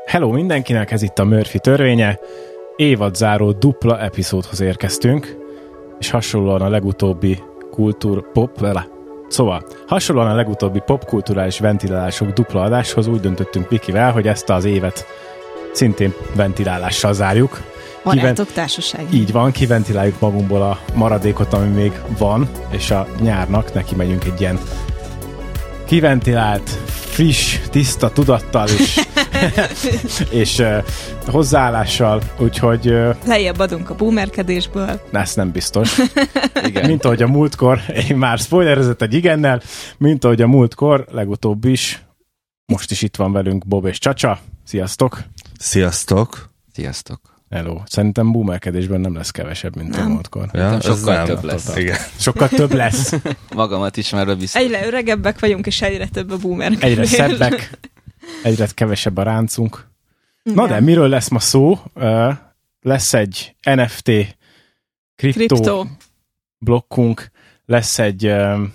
Hello mindenkinek, ez itt a Murphy törvénye. Évadzáró dupla epizódhoz érkeztünk, és hasonlóan a legutóbbi hasonlóan a legutóbbi popkulturális ventilálások dupla adáshoz úgy döntöttünk Vikivel, hogy ezt az évet szintén ventilálással zárjuk. Barátok társaság. Így van, kiventiláljuk magunkból a maradékot, ami még van, és a nyárnak neki megyünk egy ilyen kiventilált, friss, tiszta tudattal és hozzáállással, úgyhogy... Lejjebb adunk a boomerkedésből. Ez nem biztos. Igen. Mint ahogy a múltkor, én már spoilerezett egy igennel, mint ahogy a múltkor, legutóbb is, most is itt van velünk Bob és Csacsa. Sziasztok! Sziasztok! Sziasztok! Hello. Szerintem boomerkedésben nem lesz kevesebb, mint a múltkor. Ja, sokkal több lesz. Igen. Sokkal több lesz. Magamat ismerve biztos. Egyre öregebbek vagyunk, és egyre több a boomerkedés. Egyre szebbek, egyre kevesebb a ráncunk. Na de, miről lesz ma szó? Lesz egy NFT kriptó blokkunk, lesz egy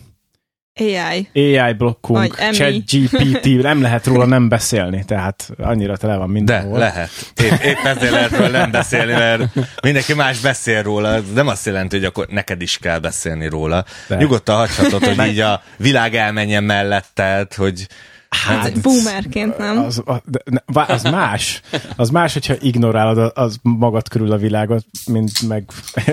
AI blokkunk, ChatGPT, nem lehet róla nem beszélni, tehát annyira tele van mindenhol. De lehet. Épp ezért lehet róla nem beszélni, mert mindenki más beszél róla, ez nem azt jelenti, hogy akkor neked is kell beszélni róla. De. Nyugodtan hagyhatod, hogy így a világ elmenjen melletted, hogy hát boomerként nem. Az más, hogyha ignorálod az magad körül a világot, mint meg...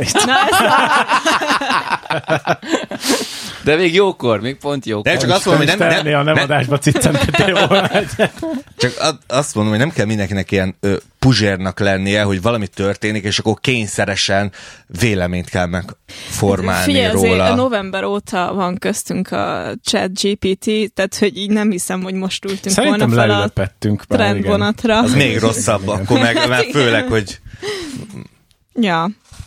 De még jókor, még pont jókor. De csak azt mondom, hogy nem adásba ciccentetél volna. Csak azt mondom, hogy nem kell mindenkinek ilyen puzsérnak lennie, hogy valami történik, és akkor kényszeresen véleményt kell megformálni Figyelj, róla. Azért november óta van köztünk a ChatGPT, tehát hogy így nem hiszem, hogy most ültünk szerintem volna fel a trendvonatra. Az még rosszabb, akkor meg főleg, hogy... Ja.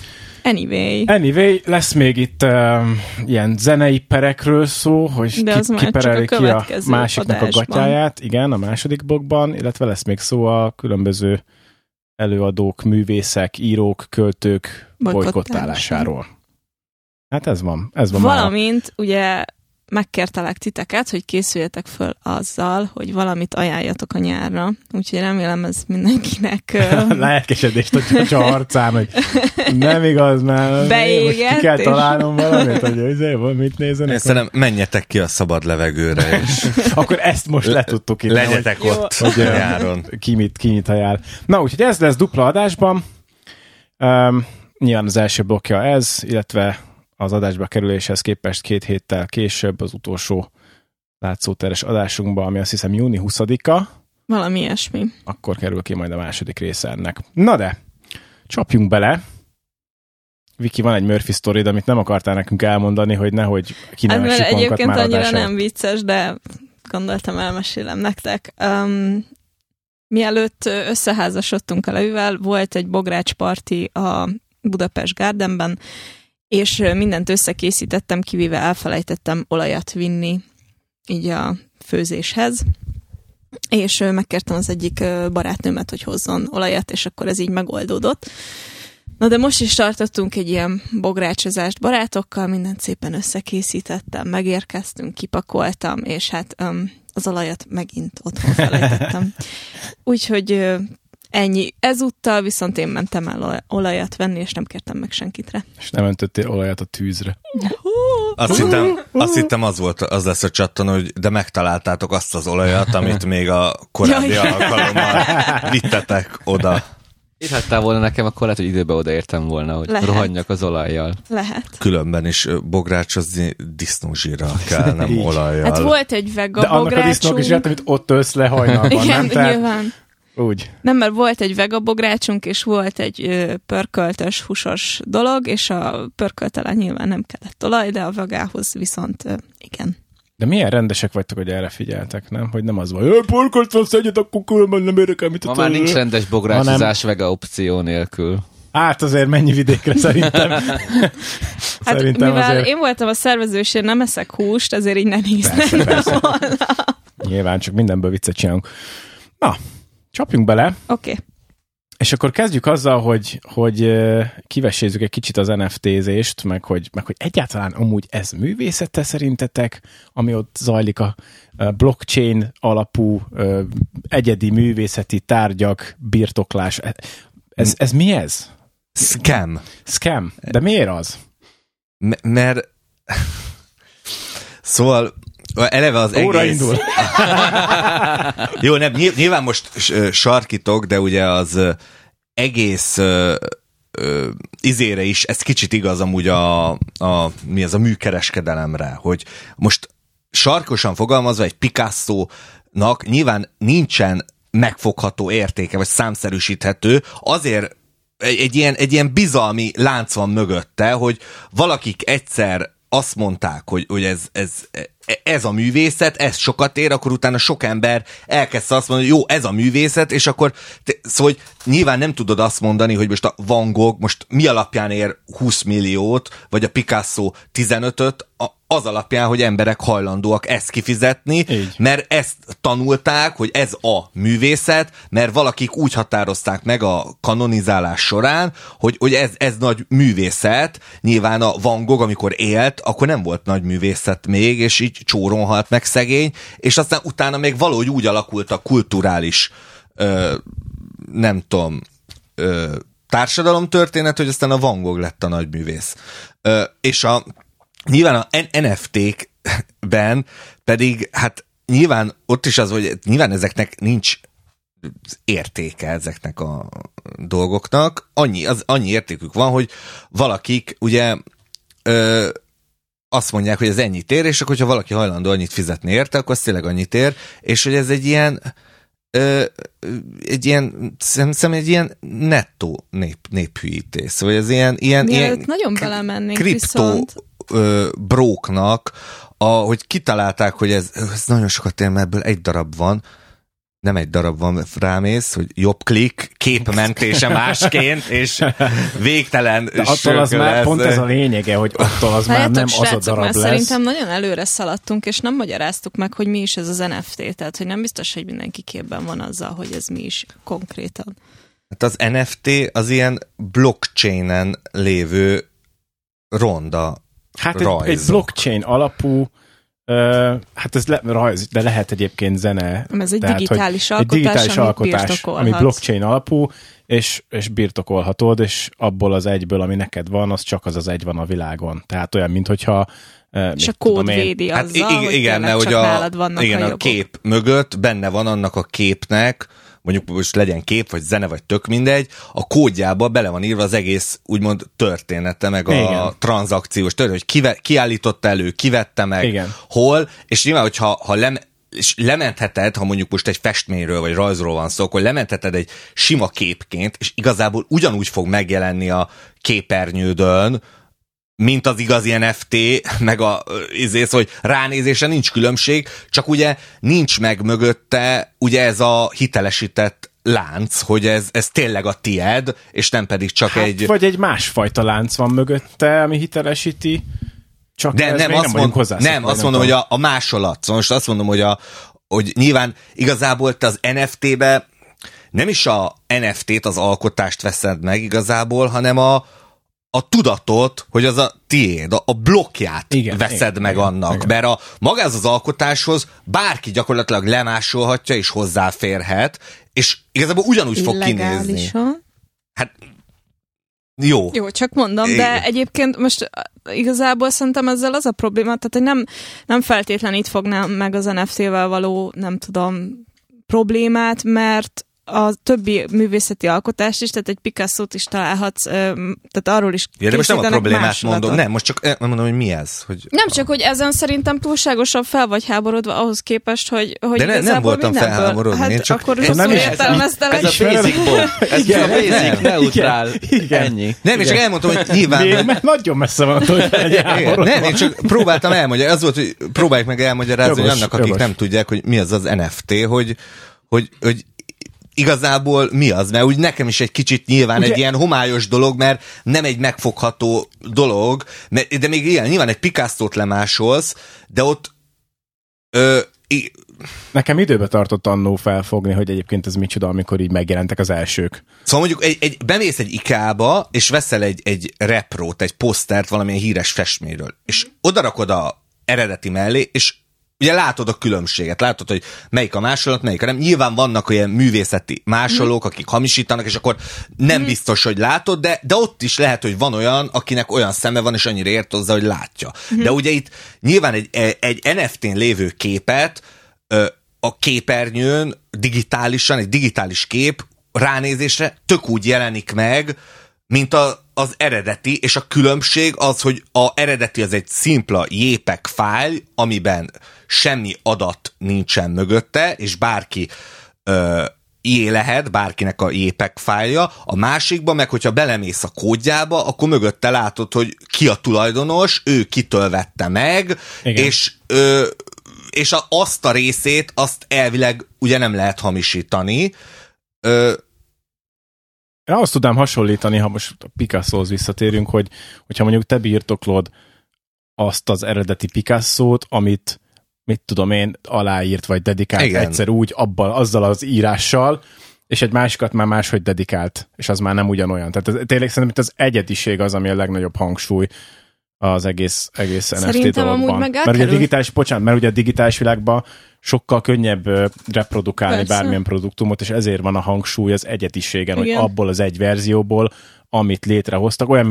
Anyway, lesz még itt ilyen zenei perekről szó, hogy kipereli ki a másiknak adásban. A gatyáját. Igen, a második blokkban, illetve lesz még szó a különböző előadók, művészek, írók, költők bolykottálásáról. Hát ez van. Valamint ugye megkértelek titeket, hogy készüljetek föl azzal, hogy valamit ajánljatok a nyárra. Úgyhogy remélem ez mindenkinek... Lelkesedést a arcán, hogy nem igaz, mert beégett, ki kell találnom valamit, hogy mit nézzenek. Szerintem menjetek ki a szabad levegőre, és... Akkor ezt most letudtuk itt. Legyetek ott hogy nyáron. Ki mit ajánl. Na, úgyhogy ez lesz dupla adásban. Nyilván az első blokkja ez, illetve az adásba kerüléshez képest 2 héttel később az utolsó látszóteres adásunkban, ami azt hiszem júni 20-a. Valami ilyesmi. Akkor kerül ki majd a második része ennek. Na de, csapjunk bele. Viki, van egy Murphy sztorid, amit nem akartál nekünk elmondani, hogy nehogy kinevessük magunkat már adását. Egyébként annyira nem vicces, de gondoltam elmesélem nektek. Mielőtt összeházasodtunk a Levivel, volt egy bográcsparti a Budapest Gardenben, és mindent összekészítettem, kivéve elfelejtettem olajat vinni így a főzéshez, és megkértem az egyik barátnőmet, hogy hozzon olajat, és akkor ez így megoldódott. Na de most is tartottunk egy ilyen bográcsozást barátokkal, mindent szépen összekészítettem, megérkeztünk, kipakoltam, és hát az olajat megint otthon felejtettem. Úgyhogy... ennyi. Ezúttal viszont én mentem el olajat venni, és nem kértem meg senkitre. És nem öntöttél olajat a tűzre. Azt hittem az lesz a csattan, hogy de megtaláltátok azt az olajat, amit még a korábbi alkalommal vittetek oda. Írhattál volna nekem, akkor lehet, hogy időben odaértem volna, hogy rohanjak az olajjal. Lehet. Különben is bográcsozni disznózsírral kell, nem olajjal. Hát volt egy vega bográcsunk. De annak a disznózsírt, amit ott ölsz le hajnalban, igen, nem? Nyilván. Úgy. Nem, mert volt egy vegabográcsunk, és volt egy pörköltös, húsos dolog, és a pörkölt alá nyilván nem kellett olaj, de a vegához viszont igen. De milyen rendesek vagytok, hogy erre figyeltek, nem? Hogy nem az van, pörkölt van, szedjed, akkor különben nem érdekel, mit ma már nincs rendes bográcsozás vega opció nélkül. Hát azért mennyi vidékre szerintem. Hát szerintem mivel azért... én voltam a szervező, és én nem eszek húst, azért így nem hiszem volna. Nyilván csak mindenből viccet csinálunk. Na, csapjunk bele. Oké. És akkor kezdjük azzal, hogy kivesézzük egy kicsit az NFT-zést, meg hogy egyáltalán amúgy ez művészete szerintetek, ami ott zajlik a blockchain alapú egyedi művészeti tárgyak birtoklás. Ez mi ez? Scam. De miért az? Mert szóval eleve az óra egész... indul. Jó, nem, nyilván most sarkítok, de ugye az egész izére is, ez kicsit igaz amúgy a műkereskedelemre, hogy most sarkosan fogalmazva egy Picasso-nak nyilván nincsen megfogható értéke, vagy számszerűsíthető, azért egy ilyen bizalmi lánc van mögötte, hogy valakik egyszer azt mondták, hogy ez a művészet, ez sokat ér, akkor utána sok ember elkezdte azt mondani, hogy jó, ez a művészet, és akkor szóval hogy nyilván nem tudod azt mondani, hogy most a Van Gogh most mi alapján ér 20 milliót, vagy a Picasso 15-öt, az alapján, hogy emberek hajlandóak ezt kifizetni, így. Mert ezt tanulták, hogy ez a művészet, mert valakik úgy határozták meg a kanonizálás során, hogy ez nagy művészet. Nyilván a Van Gogh, amikor élt, akkor nem volt nagy művészet még, és így csóron halt meg szegény, és aztán utána még valahogy úgy alakult a kulturális nem tudom, társadalomtörténet, hogy aztán a Van Gogh lett a nagy művész. És nyilván a NFT-kben pedig, hát nyilván ott is az, hogy nyilván ezeknek nincs értéke ezeknek a dolgoknak. Annyi értékük van, hogy valakik ugye azt mondják, hogy ez ennyit ér, és akkor, hogyha valaki hajlandó annyit fizetni érte, akkor az tényleg annyit ér, és hogy ez egy ilyen nettó néphűítés. Szóval ez ilyen nagyon belemennénk kriptó bróknak, hogy kitalálták, hogy ez nagyon sokat ér, mert ebből egy darab van, nem egy darab van, rámész, hogy jobb klik, képmentése másként, és végtelen attól az már lesz. Pont ez a lényege, hogy attól az már nem az a darab lesz. Szerintem nagyon előre szaladtunk, és nem magyaráztuk meg, hogy mi is ez az NFT, tehát hogy nem biztos, hogy mindenki képben van azzal, hogy ez mi is konkrétan. Hát az NFT az ilyen blockchainen lévő ronda rajz. Egy blockchain alapú hát ez rajz, de lehet egyébként zene. Ez egy digitális alkotás, ami blockchain alapú, és birtokolhatod, és abból az egyből, ami neked van, az csak az egy van a világon. Tehát olyan, minthogyha és a kód védi azzal, hát, igen, hogy csak nálad vannak igen, a kép mögött benne van annak a képnek, mondjuk most legyen kép, vagy zene, vagy tök mindegy, a kódjába bele van írva az egész úgymond története, meg a tranzakciós történet, hogy ki állította elő, ki vette meg, igen. Hol, és nyilván, hogyha és lementheted, ha mondjuk most egy festményről vagy rajzról van szó, akkor lementheted egy sima képként, és igazából ugyanúgy fog megjelenni képernyődön, mint az igazi NFT, meg szóval, hogy ránézésen nincs különbség, csak ugye nincs meg mögötte ugye ez a hitelesített lánc, hogy ez tényleg a tied, és nem pedig csak vagy egy másfajta lánc van mögötte, ami hitelesíti, csak azt mondom, hogy a másolat. Most azt mondom, hogy nyilván igazából te az NFT-be nem is a NFT-t, az alkotást veszed meg igazából, hanem a tudatot, hogy az a tiéd, a blokkját veszed meg annak. Igen. Mert magához az alkotáshoz bárki gyakorlatilag lemásolhatja és hozzáférhet, és igazából ugyanúgy fog kinézni. Hát jó. Jó, csak mondom, igen. De egyébként most igazából szerintem ezzel az a probléma, tehát hogy nem feltétlenül itt fognám meg az NFT-vel való, nem tudom, problémát, mert a többi művészeti alkotást is, tehát egy Picasso-t is találhatsz, tehát arról is készítenek. De most nem a problémát mondom, nem, most csak mondom, hogy mi ez. Hogy nem csak, hogy ezen szerintem túlságosan fel vagy háborodva ahhoz képest, hogy de nem voltam felháborodva. Hát csak akkor nem értelmeztelek. Ez a basic neutrál. Ennyi. Nem, és csak elmondtam, hogy nyilván... Nagyon messze van attól, hogy nem, én csak próbáltam elmagyarázni, az volt, hogy próbáljuk meg elmagyarázni, hogy annak, akik nem tudják, hogy mi az NFT, hogy igazából mi az? Mert úgy nekem is egy kicsit nyilván ugye, egy ilyen homályos dolog, mert nem egy megfogható dolog, de még ilyen, nyilván egy Picasso-t lemásolsz, de ott Nekem időbe tartott annó felfogni, hogy egyébként ez micsoda, amikor így megjelentek az elsők. Szóval mondjuk bemész egy IKEA-ba, és veszel egy reprót, egy posztert valamilyen híres festményről, és odarakod a eredeti mellé, és ugye látod a különbséget, látod, hogy melyik a másolat, melyik a nem. Nyilván vannak olyan művészeti másolók, akik hamisítanak, és akkor nem biztos, hogy látod, de ott is lehet, hogy van olyan, akinek olyan szeme van, és annyira ért hozzá, hogy látja. De ugye itt nyilván egy NFT-n lévő képet a képernyőn digitálisan, egy digitális kép ránézésre tök úgy jelenik meg, mint az eredeti, és a különbség az, hogy az eredeti az egy szimpla JPEG fájl, amiben semmi adat nincsen mögötte, és bárki lehet, bárkinek a JPEG fájlja, a másikban meg, hogyha belemész a kódjába, akkor mögötte látod, hogy ki a tulajdonos, ő kitől vette meg, és azt a részét, azt elvileg ugye nem lehet hamisítani. Én azt tudnám hasonlítani, ha most a Picassohoz visszatérünk, hogyha mondjuk te birtoklod azt az eredeti Picassót, amit, mit tudom én, aláírt vagy dedikált egyszer úgy, azzal az írással, és egy másikat már máshogy dedikált, és az már nem ugyanolyan. Tehát tényleg szerintem az egyediség az, ami a legnagyobb hangsúly az egész NFT dologban. Mert ugye a digitális világban sokkal könnyebb reprodukálni bármilyen produktumot, és ezért van a hangsúly az egyediségen, hogy abból az egy verzióból, amit létrehoztak, olyan,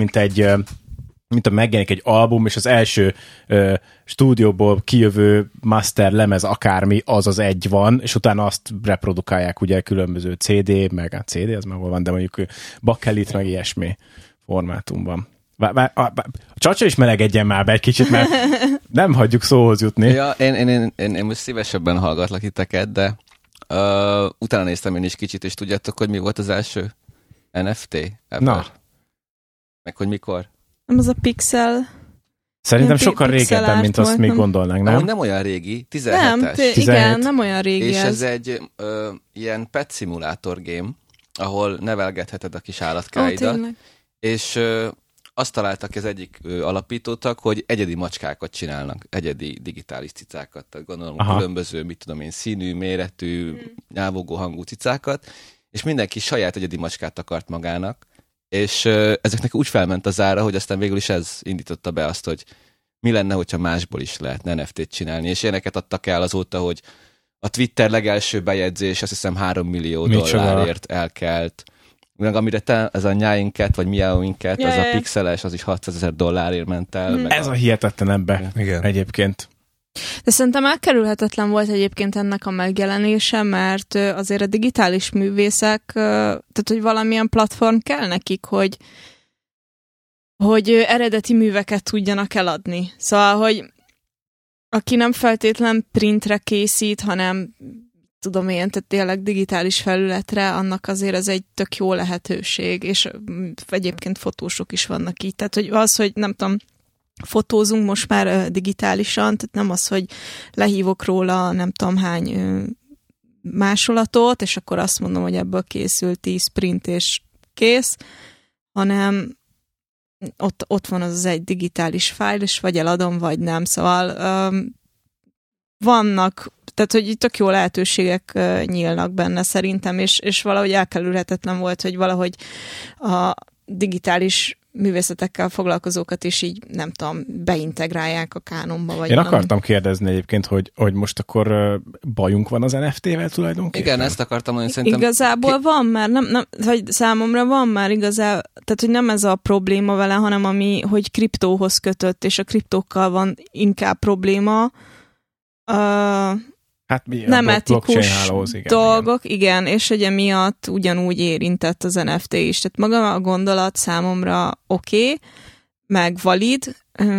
mint megjelenik egy album, és az első stúdióból kijövő master lemez akármi, az egy van, és utána azt reprodukálják ugye különböző CD, meg a CD, az már hol van, de mondjuk bakkelit, meg ilyesmi formátumban. A Csacsa is melegedjen már be egy kicsit, mert nem hagyjuk szóhoz jutni. Ja, én most szívesebben hallgatlak titeket, de utána néztem én is kicsit, és tudjátok, hogy mi volt az első NFT ever? Na. Meg hogy mikor? Nem az a Pixel... Szerintem sokkal régebben, mint azt még gondolnánk, nem? Nem olyan régi, 17-es. Nem, igen, nem olyan régi. És ez egy ilyen pet szimulátor game, ahol nevelgetheted a kis állatkáidat. És azt találtak az egyik alapítótak, hogy egyedi macskákat csinálnak, egyedi digitális cicákat. Tehát gondolom különböző, mit tudom én, színű, méretű, nyávogó hangú cicákat, és mindenki saját egyedi macskát akart magának, és ezeknek úgy felment az ára, hogy aztán végül is ez indította be azt, hogy mi lenne, hogyha másból is lehetne NFT-t csinálni, és ilyeneket adtak el azóta, hogy a Twitter legelső bejegyzés, azt hiszem $3 millió elkelt. Meg amire ez a Nyáinket, vagy Miauinket, az a pixeles, az is $600,000 ment el. Ez a hihetetlen ebbe egyébként. De szerintem elkerülhetetlen volt egyébként ennek a megjelenése, mert azért a digitális művészek, tehát hogy valamilyen platform kell nekik, hogy eredeti műveket tudjanak eladni. Szóval, hogy aki nem feltétlen printre készít, hanem tudom én, tehát tényleg digitális felületre, annak azért ez egy tök jó lehetőség, és egyébként fotósok is vannak így. Tehát, hogy az, hogy nem tudom, fotózunk most már digitálisan, tehát nem az, hogy lehívok róla nem tudom hány másolatot, és akkor azt mondom, hogy ebből készült 10 print és kész, hanem ott van az egy digitális fájl, és vagy eladom, vagy nem. Szóval vannak, tehát hogy tök jó lehetőségek nyílnak benne szerintem, és valahogy elkerülhetetlen volt, hogy valahogy a digitális művészetekkel foglalkozókat is így, nem tudom, beintegrálják a kánonba. Vagy én akartam kérdezni egyébként, hogy most akkor bajunk van az NFT-vel tulajdonképpen? Igen, ezt akartam mondani, szerintem... Igazából van már, nem, vagy számomra van már igazából, tehát hogy nem ez a probléma vele, hanem hogy kriptóhoz kötött, és a kriptókkal van inkább probléma. Hát nem etikus dolgok, igen, és ugye miatt ugyanúgy érintett az NFT is. Tehát maga a gondolat számomra oké, meg valid,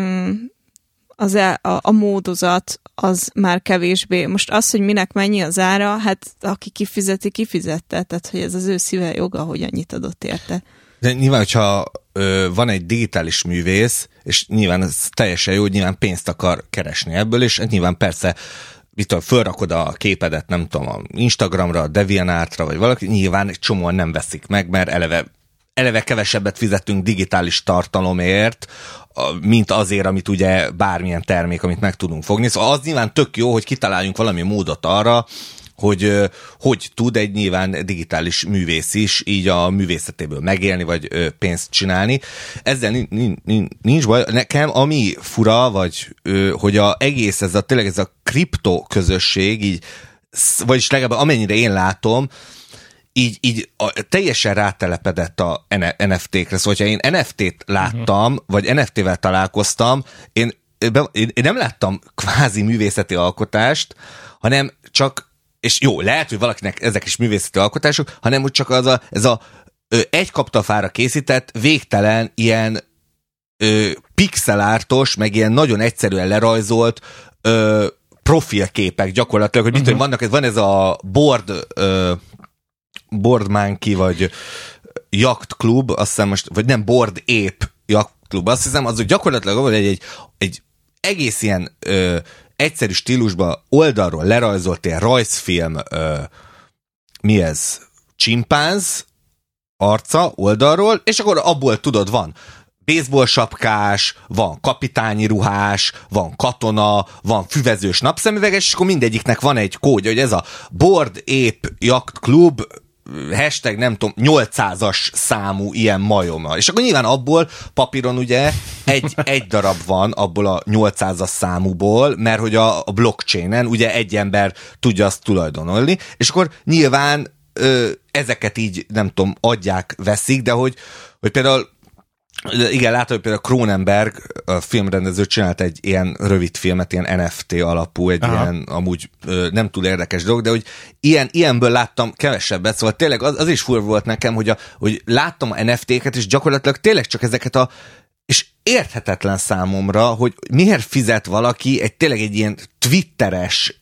a módozat az már kevésbé. Most az, hogy minek mennyi az ára, hát aki kifizette, tehát hogy ez az ő szíve joga, hogy annyit adott érte. De nyilván, hogyha van egy digitális művész, és nyilván ez teljesen jó, hogy nyilván pénzt akar keresni ebből, és nyilván persze fölrakod a képedet, nem tudom, a Instagramra, a DeviantArtra, vagy valaki, nyilván egy csomóan nem veszik meg, mert eleve eleve kevesebbet fizetünk digitális tartalomért, mint azért, amit ugye bármilyen termék, amit meg tudunk fogni. Szóval az nyilván tök jó, hogy kitaláljunk valami módot arra, hogy tud egy nyilván digitális művész is így a művészetéből megélni, vagy pénzt csinálni. Ezzel nincs baj. Nekem ami fura, vagy hogy egész tényleg ez a kripto közösség, így, vagyis legalább amennyire én látom, így teljesen rátelepedett a NFT-kre. Szóval, hogyha én NFT-t láttam, vagy NFT-vel találkoztam, én nem láttam kvázi művészeti alkotást, hanem csak, és jó, lehet, hogy valakinek ezek is művészeti alkotások, hanem hogy csak ez a egy kaptafára készített, végtelen ilyen pixelártos, meg ilyen nagyon egyszerűen lerajzolt profilképek gyakorlatilag, hogy mit tudom, van ez a Board Monkey, vagy Yacht Club, azt hiszem most, vagy nem, Board Ape Yacht Club, azt hiszem, az gyakorlatilag egy egész ilyen egyszerű stílusban oldalról lerajzolt ilyen rajzfilm, mi ez? Csimpánz arca oldalról, és akkor abból tudod, van baseball sapkás, van kapitányi ruhás, van katona, van füvezős napszemüveges, és akkor mindegyiknek van egy kódja, hogy ez a Board Ape Yacht Club hashtag nem tudom, 800-as számú ilyen majommal. És akkor nyilván abból papíron ugye egy darab van abból a 800-as számúból, mert hogy a blockchainen ugye egy ember tudja azt tulajdonolni, és akkor nyilván ezeket így nem tudom, adják, veszik, de hogy például igen, látom, hogy például Cronenberg, a filmrendező csinált egy ilyen rövid filmet, ilyen NFT alapú, egy ilyen amúgy nem túl érdekes dolog, de hogy ilyenből láttam kevesebbet, szóval tényleg az is furcsa volt nekem, hogy láttam a NFT-ket, és gyakorlatilag tényleg csak ezeket és érthetetlen számomra, hogy miért fizet valaki tényleg egy ilyen twitteres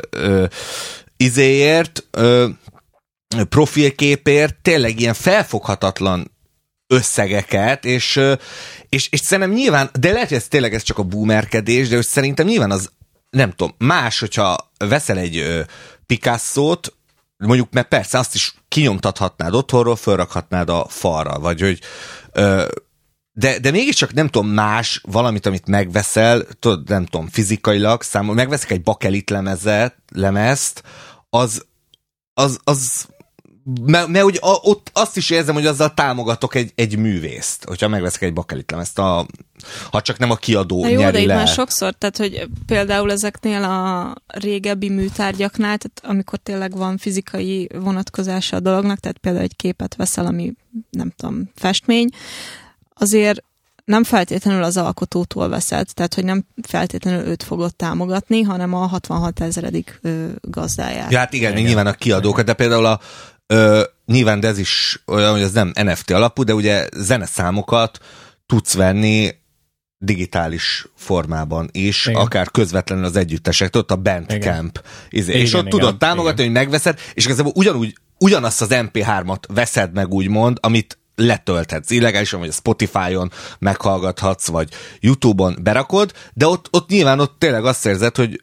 profilképért, tényleg ilyen felfoghatatlan összegeket, és szerintem nyilván, de lehet, hogy ez csak a boomerkedés, de szerintem nyilván az, nem tudom, más, hogyha veszel egy Picasso-t, mondjuk, mert persze azt is kinyomtathatnád otthonról, fölrakhatnád a falra, vagy hogy de mégiscsak nem tudom, más valamit, amit megveszel, tudod, nem tudom, fizikailag számomra, megveszek egy bakelit lemezt, az mert hogy ott azt is érzem, hogy azzal támogatok egy művészt, hogyha megveszek egy bakelitlemezt, ha csak nem a kiadó nyeri le. Jó, de már sokszor, tehát hogy például ezeknél a régebbi műtárgyaknál, tehát amikor tényleg van fizikai vonatkozása a dolognak, tehát például egy képet veszel, ami nem tudom, festmény, azért nem feltétlenül az alkotótól veszed, tehát hogy nem feltétlenül őt fogod támogatni, hanem a 66 000. Gazdáját. Ja, hát igen, nyilván a kiadókat, de például nyilván de ez is olyan, hogy az nem NFT alapú, de ugye zeneszámokat tudsz venni digitális formában is, igen. Akár közvetlenül az együttesek, ott a Bandcamp. És ott tudod támogatni, hogy megveszed, és igazából ugyanazt az MP3-at veszed meg úgymond, amit letölthetsz illegálisan, vagy a Spotify-on meghallgathatsz, vagy YouTube-on berakod, de ott nyilván ott tényleg azt érzed, hogy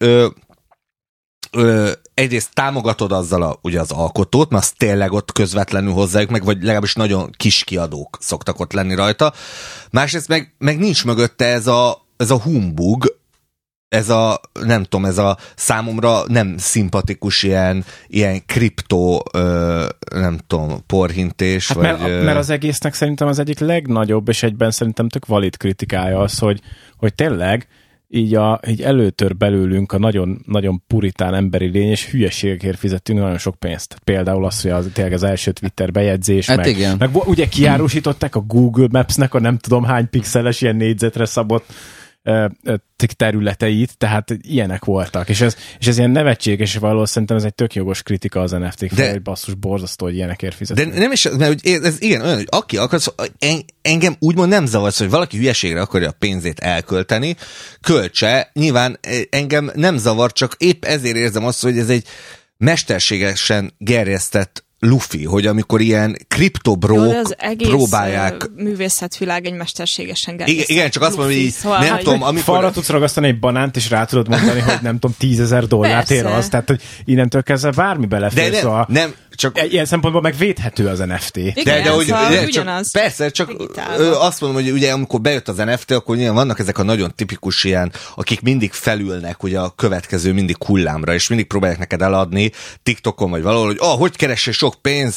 egyrészt támogatod azzal ugye az alkotót, mert azt tényleg ott közvetlenül hozzájuk meg, vagy legalábbis nagyon kis kiadók szoktak ott lenni rajta. Másrészt meg nincs mögötte ez a humbug, nem tudom, ez a számomra nem szimpatikus ilyen kriptó, nem tudom, porhintés. Hát vagy, mert az egésznek szerintem az egyik legnagyobb, és egyben szerintem tök valid kritikája az, hogy tényleg így előtör belőlünk a nagyon, nagyon puritán emberi lény, és hülyeségekért fizettünk nagyon sok pénzt. Például az, hogy tényleg az első Twitter bejegyzés, hát meg ugye kiárusították a Google Maps-nek a nem tudom hány pixeles ilyen négyzetre szabott területeit, tehát ilyenek voltak, és ez ilyen nevetséges, és valahol szerintem ez egy tök jogos kritika az NFT-kre, egy basszus borzasztó, hogy ilyenekért fizetünk. De nem is, mert ez igen, olyan, hogy aki akar, engem úgymond nem zavarsz, hogy valaki hülyeségre akarja a pénzét elkölteni, költse, nyilván engem nem zavar, csak épp ezért érzem azt, hogy ez egy mesterségesen gerjesztett lufi, hogy amikor ilyen kriptobrók próbálják... Az egész művészetvilág egy mesterségesen gerjesztett. Igen, csak azt mondom, hogy szóval, nem tudom, amikor... Falra tudsz ragasztani egy banánt, és rá tudod mondani, hogy nem tudom, $10,000 ér az, tehát hogy innentől kezdve bármi belefér, szóval... Ilyen szempontból meg védhető az NFT. Igen, ugyanaz. Persze, csak azt mondom, hogy ugye amikor bejött az NFT, akkor nyilván vannak ezek a nagyon tipikus ilyen, akik mindig felülnek ugye a következő mindig hullámra, és mindig próbálják neked eladni TikTokon vagy valahol, hogy hogy keressél sok pénz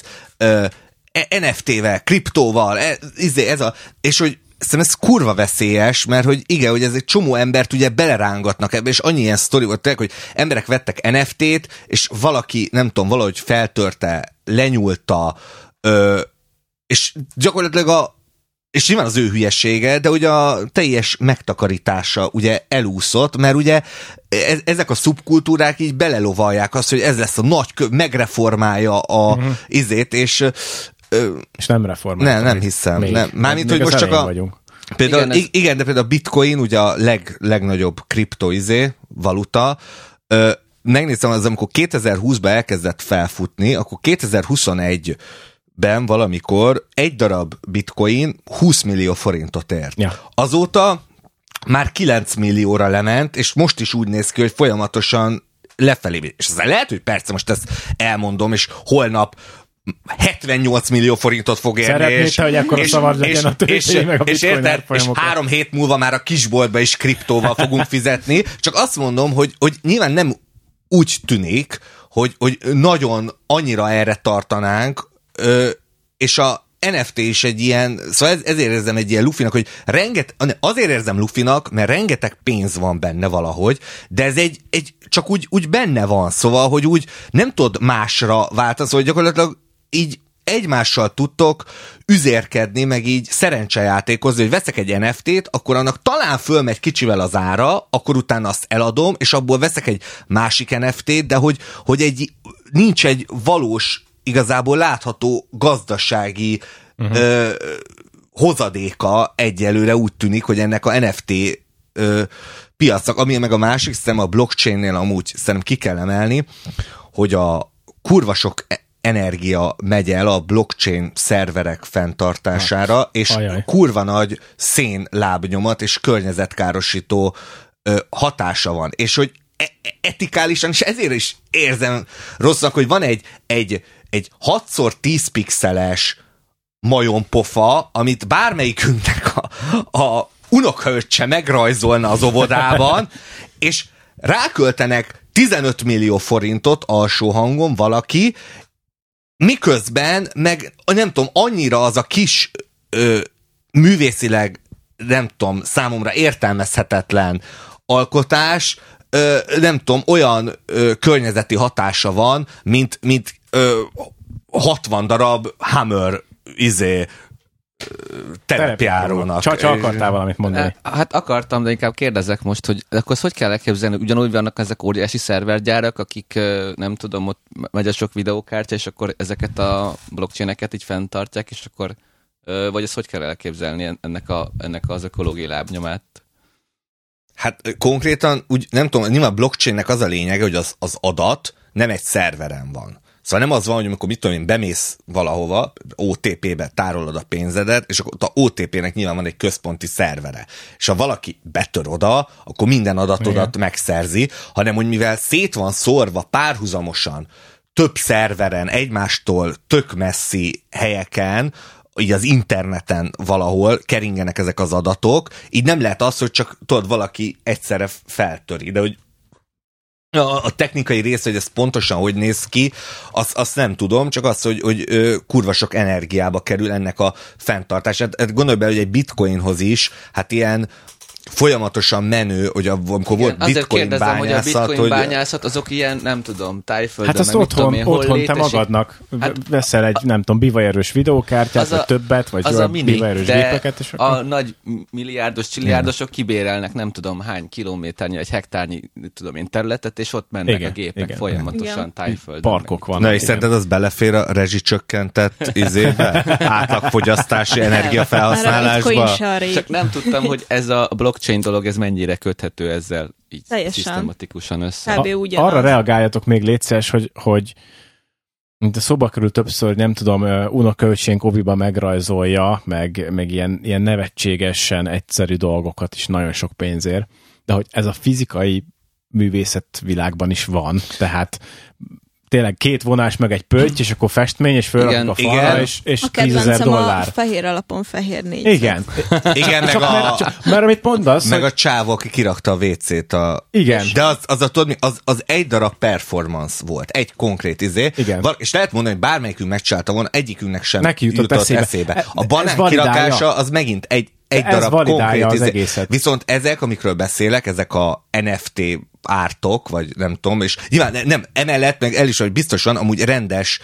NFT-vel, kriptóval, és hogy szerintem ez kurva veszélyes, mert hogy igen, hogy ez egy csomó embert ugye belerángatnak ebbe, és annyi ilyen sztori volt tényleg, hogy emberek vettek NFT-t, és valaki, nem tudom, valahogy feltörte, lenyúlta, és gyakorlatilag és nyilván az ő hülyessége, de ugye a teljes megtakarítása ugye elúszott, mert ugye ezek a szubkultúrák így belelovalják azt, hogy ez lesz a nagy megreformálja a izét, és nem reformálja. Nem hiszem. Nem. Mármint, hogy most csak például, igen, de például a bitcoin ugye a legnagyobb kripto valuta. Megnéztem, az amikor 2020-ban elkezdett felfutni, akkor 2021-ben valamikor egy darab bitcoin 20 millió forintot ért. Ja. Azóta már 9 millióra lement, és most is úgy néz ki, hogy folyamatosan lefelé. És ezzel lehet, hogy persze most ezt elmondom, és holnap 78 millió forintot fog érni. Szeretnéd, hogy akkor a szavar legyen a és 3 hét múlva már a kisboltba is kriptóval fogunk fizetni. Csak azt mondom, hogy nyilván nem úgy tűnik, hogy nagyon annyira erre tartanánk, és a NFT is egy ilyen, szóval ezért érzem egy ilyen lufinak, hogy azért érzem lufinak, mert rengeteg pénz van benne valahogy, de ez egy csak úgy benne van, szóval, hogy úgy nem tud másra változni, szóval gyakorlatilag így egymással tudtok üzérkedni, meg így szerencsejátékozni, hogy veszek egy NFT-t, akkor annak talán fölmegy kicsivel az ára, akkor utána azt eladom, és abból veszek egy másik NFT-t, de hogy nincs egy valós, igazából látható gazdasági hozadéka egyelőre úgy tűnik, hogy ennek a NFT piacnak, ami meg a másik, szerintem a blockchainnél amúgy szerintem ki kell emelni, hogy a kurva sok energia megy el a blockchain szerverek fenntartására, és kurva nagy szénlábnyomat és környezetkárosító hatása van. És hogy etikálisan, és ezért is érzem rossznak, hogy van egy 6x10 pixeles majompofa, amit bármelyikünknek a unokaöccse megrajzolna az óvodában, és ráköltenek 15 millió forintot alsó hangon valaki, miközben meg nem tudom, annyira az a kis művészileg, nem tudom, számomra értelmezhetetlen alkotás, nem tudom, olyan környezeti hatása van, mint 60 darab Hammer terepjárónak. Csak akartál valamit mondani. Hát akartam, de inkább kérdezek most, hogy akkor hogy kell elképzelni, ugyanúgy vannak ezek óriási szervergyárak, akik nem tudom, ott megy a sok videókártya, és akkor ezeket a blockchaineket így fenntartják, és akkor vagy ezt hogy kell elképzelni ennek az ökológiai lábnyomát? Hát konkrétan, úgy nem tudom, nyilván a blockchainnek az a lényege, hogy az adat nem egy szerveren van. Szóval nem az van, hogy amikor mit tudom én, bemész valahova, OTP-be tárolod a pénzedet, és akkor a OTP-nek nyilván van egy központi szervere. És ha valaki betör oda, akkor minden adatodat megszerzi, hanem hogy mivel szét van szórva párhuzamosan több szerveren, egymástól tök messzi helyeken, így az interneten valahol keringenek ezek az adatok, így nem lehet az, hogy csak tudod, valaki egyszerre feltöri, de hogy a technikai rész, hogy ez pontosan hogy néz ki, azt nem tudom, csak az, hogy kurva sok energiába kerül ennek a fenntartás. Hát gondolj bele, hogy egy bitcoinhoz is, hát ilyen folyamatosan menő, hogy amikor volt bitcoin bányászat. Hogy a bitcoin bányászat, azok ilyen, nem tudom, Tájföldön, hát azt otthon te magadnak veszel egy, nem tudom, bivajerős videókártyát, vagy többet, vagy bivajerős gépeket. És a nagy milliárdos, csilliárdosok kibérelnek, nem tudom hány kilométernyi, egy hektárnyi, tudom én, területet, és ott mennek a gépek folyamatosan Tájföldön. Parkok vannak. Na és szerinted az belefér a rezsicsökkentett átlagfogyasztási energiafelhasználásba? Csak nem tudtam, hogy ez a blockchain dolog, ez mennyire köthető ezzel így szisztematikusan össze. Arra reagáljatok még létszés, hogy mint a szóba kerül többször, hogy nem tudom, unokaöcsénk oviba megrajzolja, meg ilyen nevetségesen egyszerű dolgokat is nagyon sok pénzért, de hogy ez a fizikai művészet világban is van, tehát tényleg 2 vonás meg egy pötty, és akkor festmény, és fölrakjuk a falra, és $10,000. A fehér alapon fehér 4. Igen. Igen, mert amit mondasz, meg a csávó, aki kirakta a WC-t Igen. De az egy darab performance volt, egy konkrét Igen. És lehet mondani, hogy bármelyikünk megcsinálta volna, egyikünknek sem neki jutott eszébe. A banán kirakása az megint egy darab konkrét az egészet. Viszont ezek, amikről beszélek, ezek a NFT ártok, vagy nem tudom, és nyilván nem, emellett meg el is, hogy biztosan amúgy rendes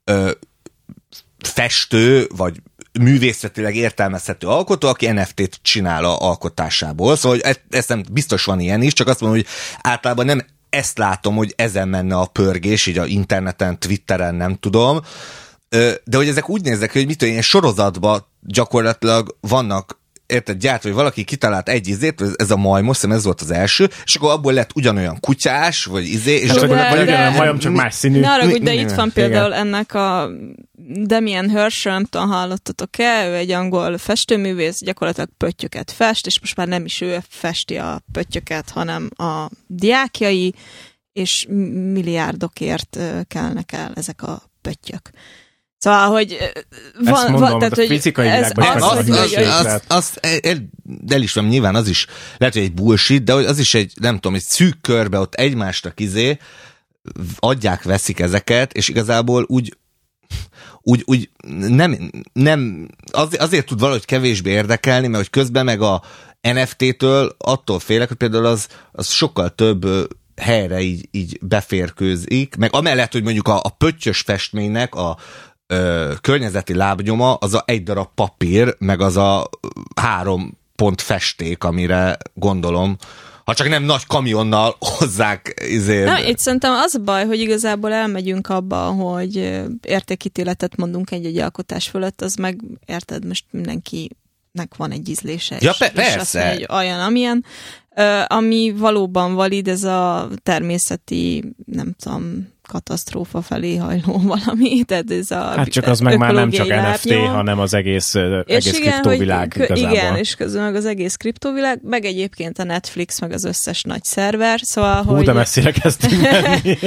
festő, vagy művészetileg értelmezhető alkotó, aki NFT-t csinál a alkotásából. Szóval ez nem biztos van ilyen is, csak azt mondom, hogy általában nem ezt látom, hogy ezen menne a pörgés, így a interneten, Twitteren, nem tudom. De hogy ezek úgy néznek, hogy mit tudom, ilyen sorozatban gyakorlatilag vannak, érted, gyártva, hogy valaki kitalált egy izét, ez a majmos, ez volt az első, és akkor abból lett ugyanolyan kutyás, vagy és akkor vagy ugyanolyan majom, csak más színű. Ne arra, de itt van például ennek a Damien Hirst, nem tudom, hallottatok-e, ő egy angol festőművész, gyakorlatilag pöttyöket fest, és most már nem is ő festi a pöttyöket, hanem a diákjai, és milliárdokért kelnek el ezek a pöttyök. Szóval, hogy van, mondom, tehát, hogy fizikai világban elismerem, nyilván az is lehet, hogy egy bullshit, de az is egy, nem tudom, egy szűk körbe ott egymásnak adják, veszik ezeket, és igazából úgy nem azért tud valahogy kevésbé érdekelni, mert hogy közben meg a NFT-től attól félek, hogy például az sokkal több helyre így beférkőzik, meg amellett, hogy mondjuk a pöttyös festménynek a környezeti lábnyoma, az egy darab papír, meg az a 3 pont festék, amire gondolom, ha csak nem nagy kamionnal hozzák itt szerintem az a baj, hogy igazából elmegyünk abba, hogy értékítéletet mondunk egy alkotás fölött, az meg, érted, most mindenkinek van egy ízlése. Ja, és persze. azt mondja, hogy olyan, amilyen. Ami valóban valid, ez a természeti, nem tudom, katasztrófa felé hajló valami, tehát ez a hát csak az meg már nem csak NFT, hanem az egész kriptovilág igazából. Igen, és közül meg az egész kriptovilág, meg egyébként a Netflix, meg az összes nagy szerver, szóval, de messzire kezdtünk menni.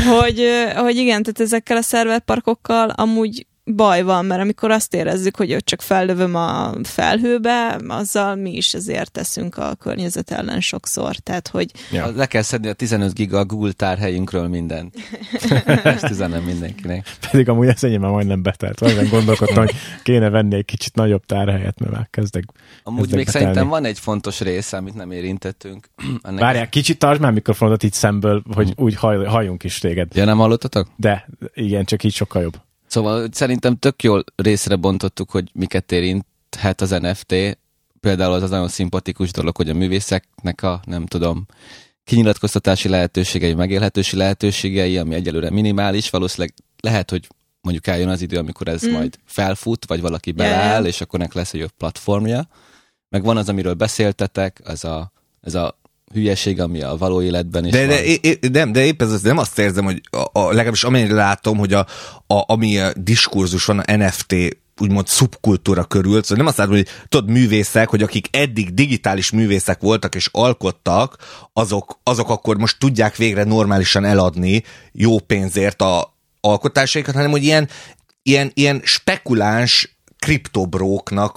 hogy igen, tehát ezekkel a szerverparkokkal amúgy baj van, mert amikor azt érezzük, hogy ott csak fellövöm a felhőbe, azzal mi is ezért teszünk a környezet ellen sokszor. Tehát, hogy... Ja. Le kell szedni a 15 giga a Google tárhelyünkről mindent. Ezt üzenem mindenkinek. Pedig amúgy ez enyém már majdnem betelt. Vajon gondolkodtam, hogy kéne venni egy kicsit nagyobb tárhelyet, mert már kezdek amúgy még betelni. Szerintem van egy fontos része, amit nem érintettünk. Várjál, kicsit tartsd már mikrofonodat itt szemből, hogy úgy halljunk is téged. Ja, nem hallottatok? De, igen, csak így sokkal jobb. Szóval szerintem tök jól részre bontottuk, hogy miket érinthet az NFT. Például az nagyon szimpatikus dolog, hogy a művészeknek a, nem tudom, kinyilatkoztatási lehetőségei, megélhetősi lehetőségei, ami egyelőre minimális, valószínűleg lehet, hogy mondjuk eljön az idő, amikor ez majd felfut, vagy valaki beleáll, és akkor nek lesz egy jobb platformja. Meg van az, amiről beszéltetek, ez a hülyeség, ami a való életben is van. De épp ez nem azt érzem, hogy legalábbis amennyire látom, hogy ami a diskurzus van a NFT úgymond szubkultúra körül, szóval nem azt látom, hogy tudod, művészek, hogy akik eddig digitális művészek voltak és alkottak, azok akkor most tudják végre normálisan eladni jó pénzért a alkotásaikat, hanem hogy ilyen spekuláns kriptobróknak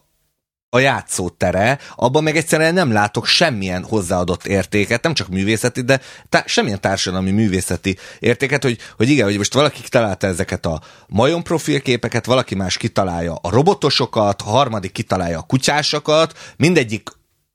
a játszótere, abban meg egyszerűen nem látok semmilyen hozzáadott értéket, nem csak művészeti, de semmilyen társadalmi művészeti értéket, hogy igen, hogy most valaki kitalálta ezeket a majom profilképeket, valaki más kitalálja a robotosokat, a harmadik kitalálja a kutyásokat, mindegyik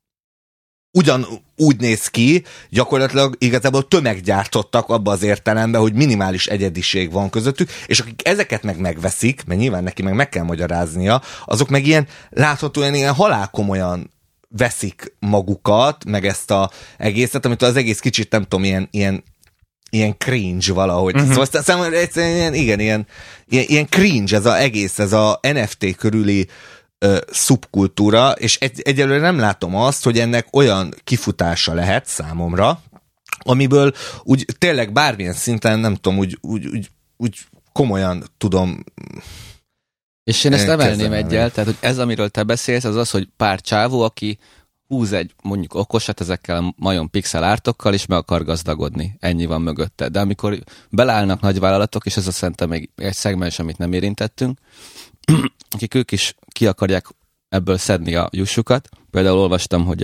ugyanúgy néz ki, gyakorlatilag igazából tömeggyártottak abba az értelemben, hogy minimális egyediség van közöttük, és akik ezeket megveszik, mert nyilván neki meg kell magyaráznia, azok meg ilyen láthatóan ilyen halálkomolyan veszik magukat, meg ezt az egészet, amit az egész kicsit nem tudom, ilyen cringe valahogy. Szóval számomra egyszerűen ilyen cringe ez az egész, ez a NFT körüli szubkultúra, és egyelőre nem látom azt, hogy ennek olyan kifutása lehet számomra, amiből úgy tényleg bármilyen szinten, nem tudom, úgy komolyan tudom. És én ezt emelném egyel, tehát hogy ez, amiről te beszélsz, az, hogy pár csávó, aki húz egy mondjuk okosat ezekkel a majom pixel ártokkal, és meg akar gazdagodni. Ennyi van mögötte. De amikor belállnak nagyvállalatok, és ez a szerintem még egy szegmens, amit nem érintettünk, akik ők is ki akarják ebből szedni a jussukat. Például olvastam, hogy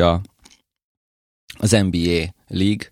az NBA League,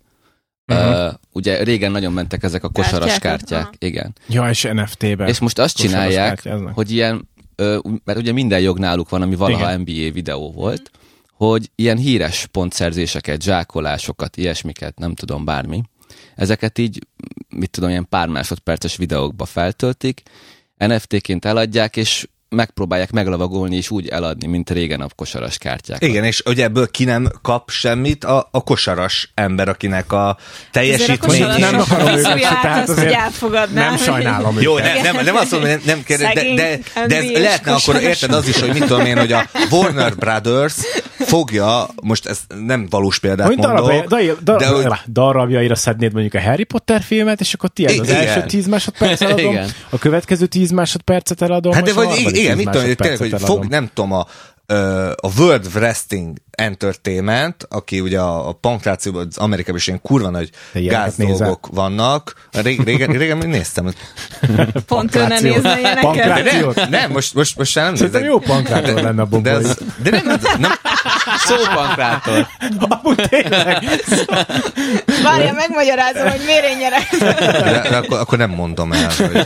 ugye régen nagyon mentek ezek a kosaras kártyák. Igen. Ja, és NFT-ben. És most azt csinálják, hogy ilyen, mert ugye minden jog náluk van, ami valaha igen. NBA videó volt, hogy ilyen híres pontszerzéseket, zsákolásokat, ilyesmiket, nem tudom, bármi. Ezeket így, mit tudom, ilyen pár másodperces videókba feltöltik, NFT-ként eladják, és megpróbálják meglavagolni és úgy eladni, mint régen a kosaras kártyákat. Igen, és ugye ebből ki nem kap semmit a kosaras ember, akinek a teljesítmény... Nem akarom őket, tehát azért nem sajnálom őket. Jó, nem azt mondom, nem kérdez, de ez lehetne akkor, érted az is, hogy mit tudom én, hogy a Warner Brothers fogja, most ez nem valós példát mondok, darabjaira szednéd mondjuk a Harry Potter filmet, és akkor tiéd az első 10 másodpercet eladom, a következő 10 másodpercet eladom, hát de vagy igen, mit tudom, tényleg, hogy nem tudom, a World Wrestling Entertainment, aki ugye a pankrációban, az Amerikában is ilyen kurva nagy gázdolgok vannak. Régen néztem. Pont ő ne nézne ilyeneket. Nem, most sem nem nézem. Szerintem jó pankrátor lenne a Bombói. De nem. Szópankrátor. Amúgy tényleg. Várja, megmagyarázom, hogy miért én nyerek. De akkor nem mondom el, hogy...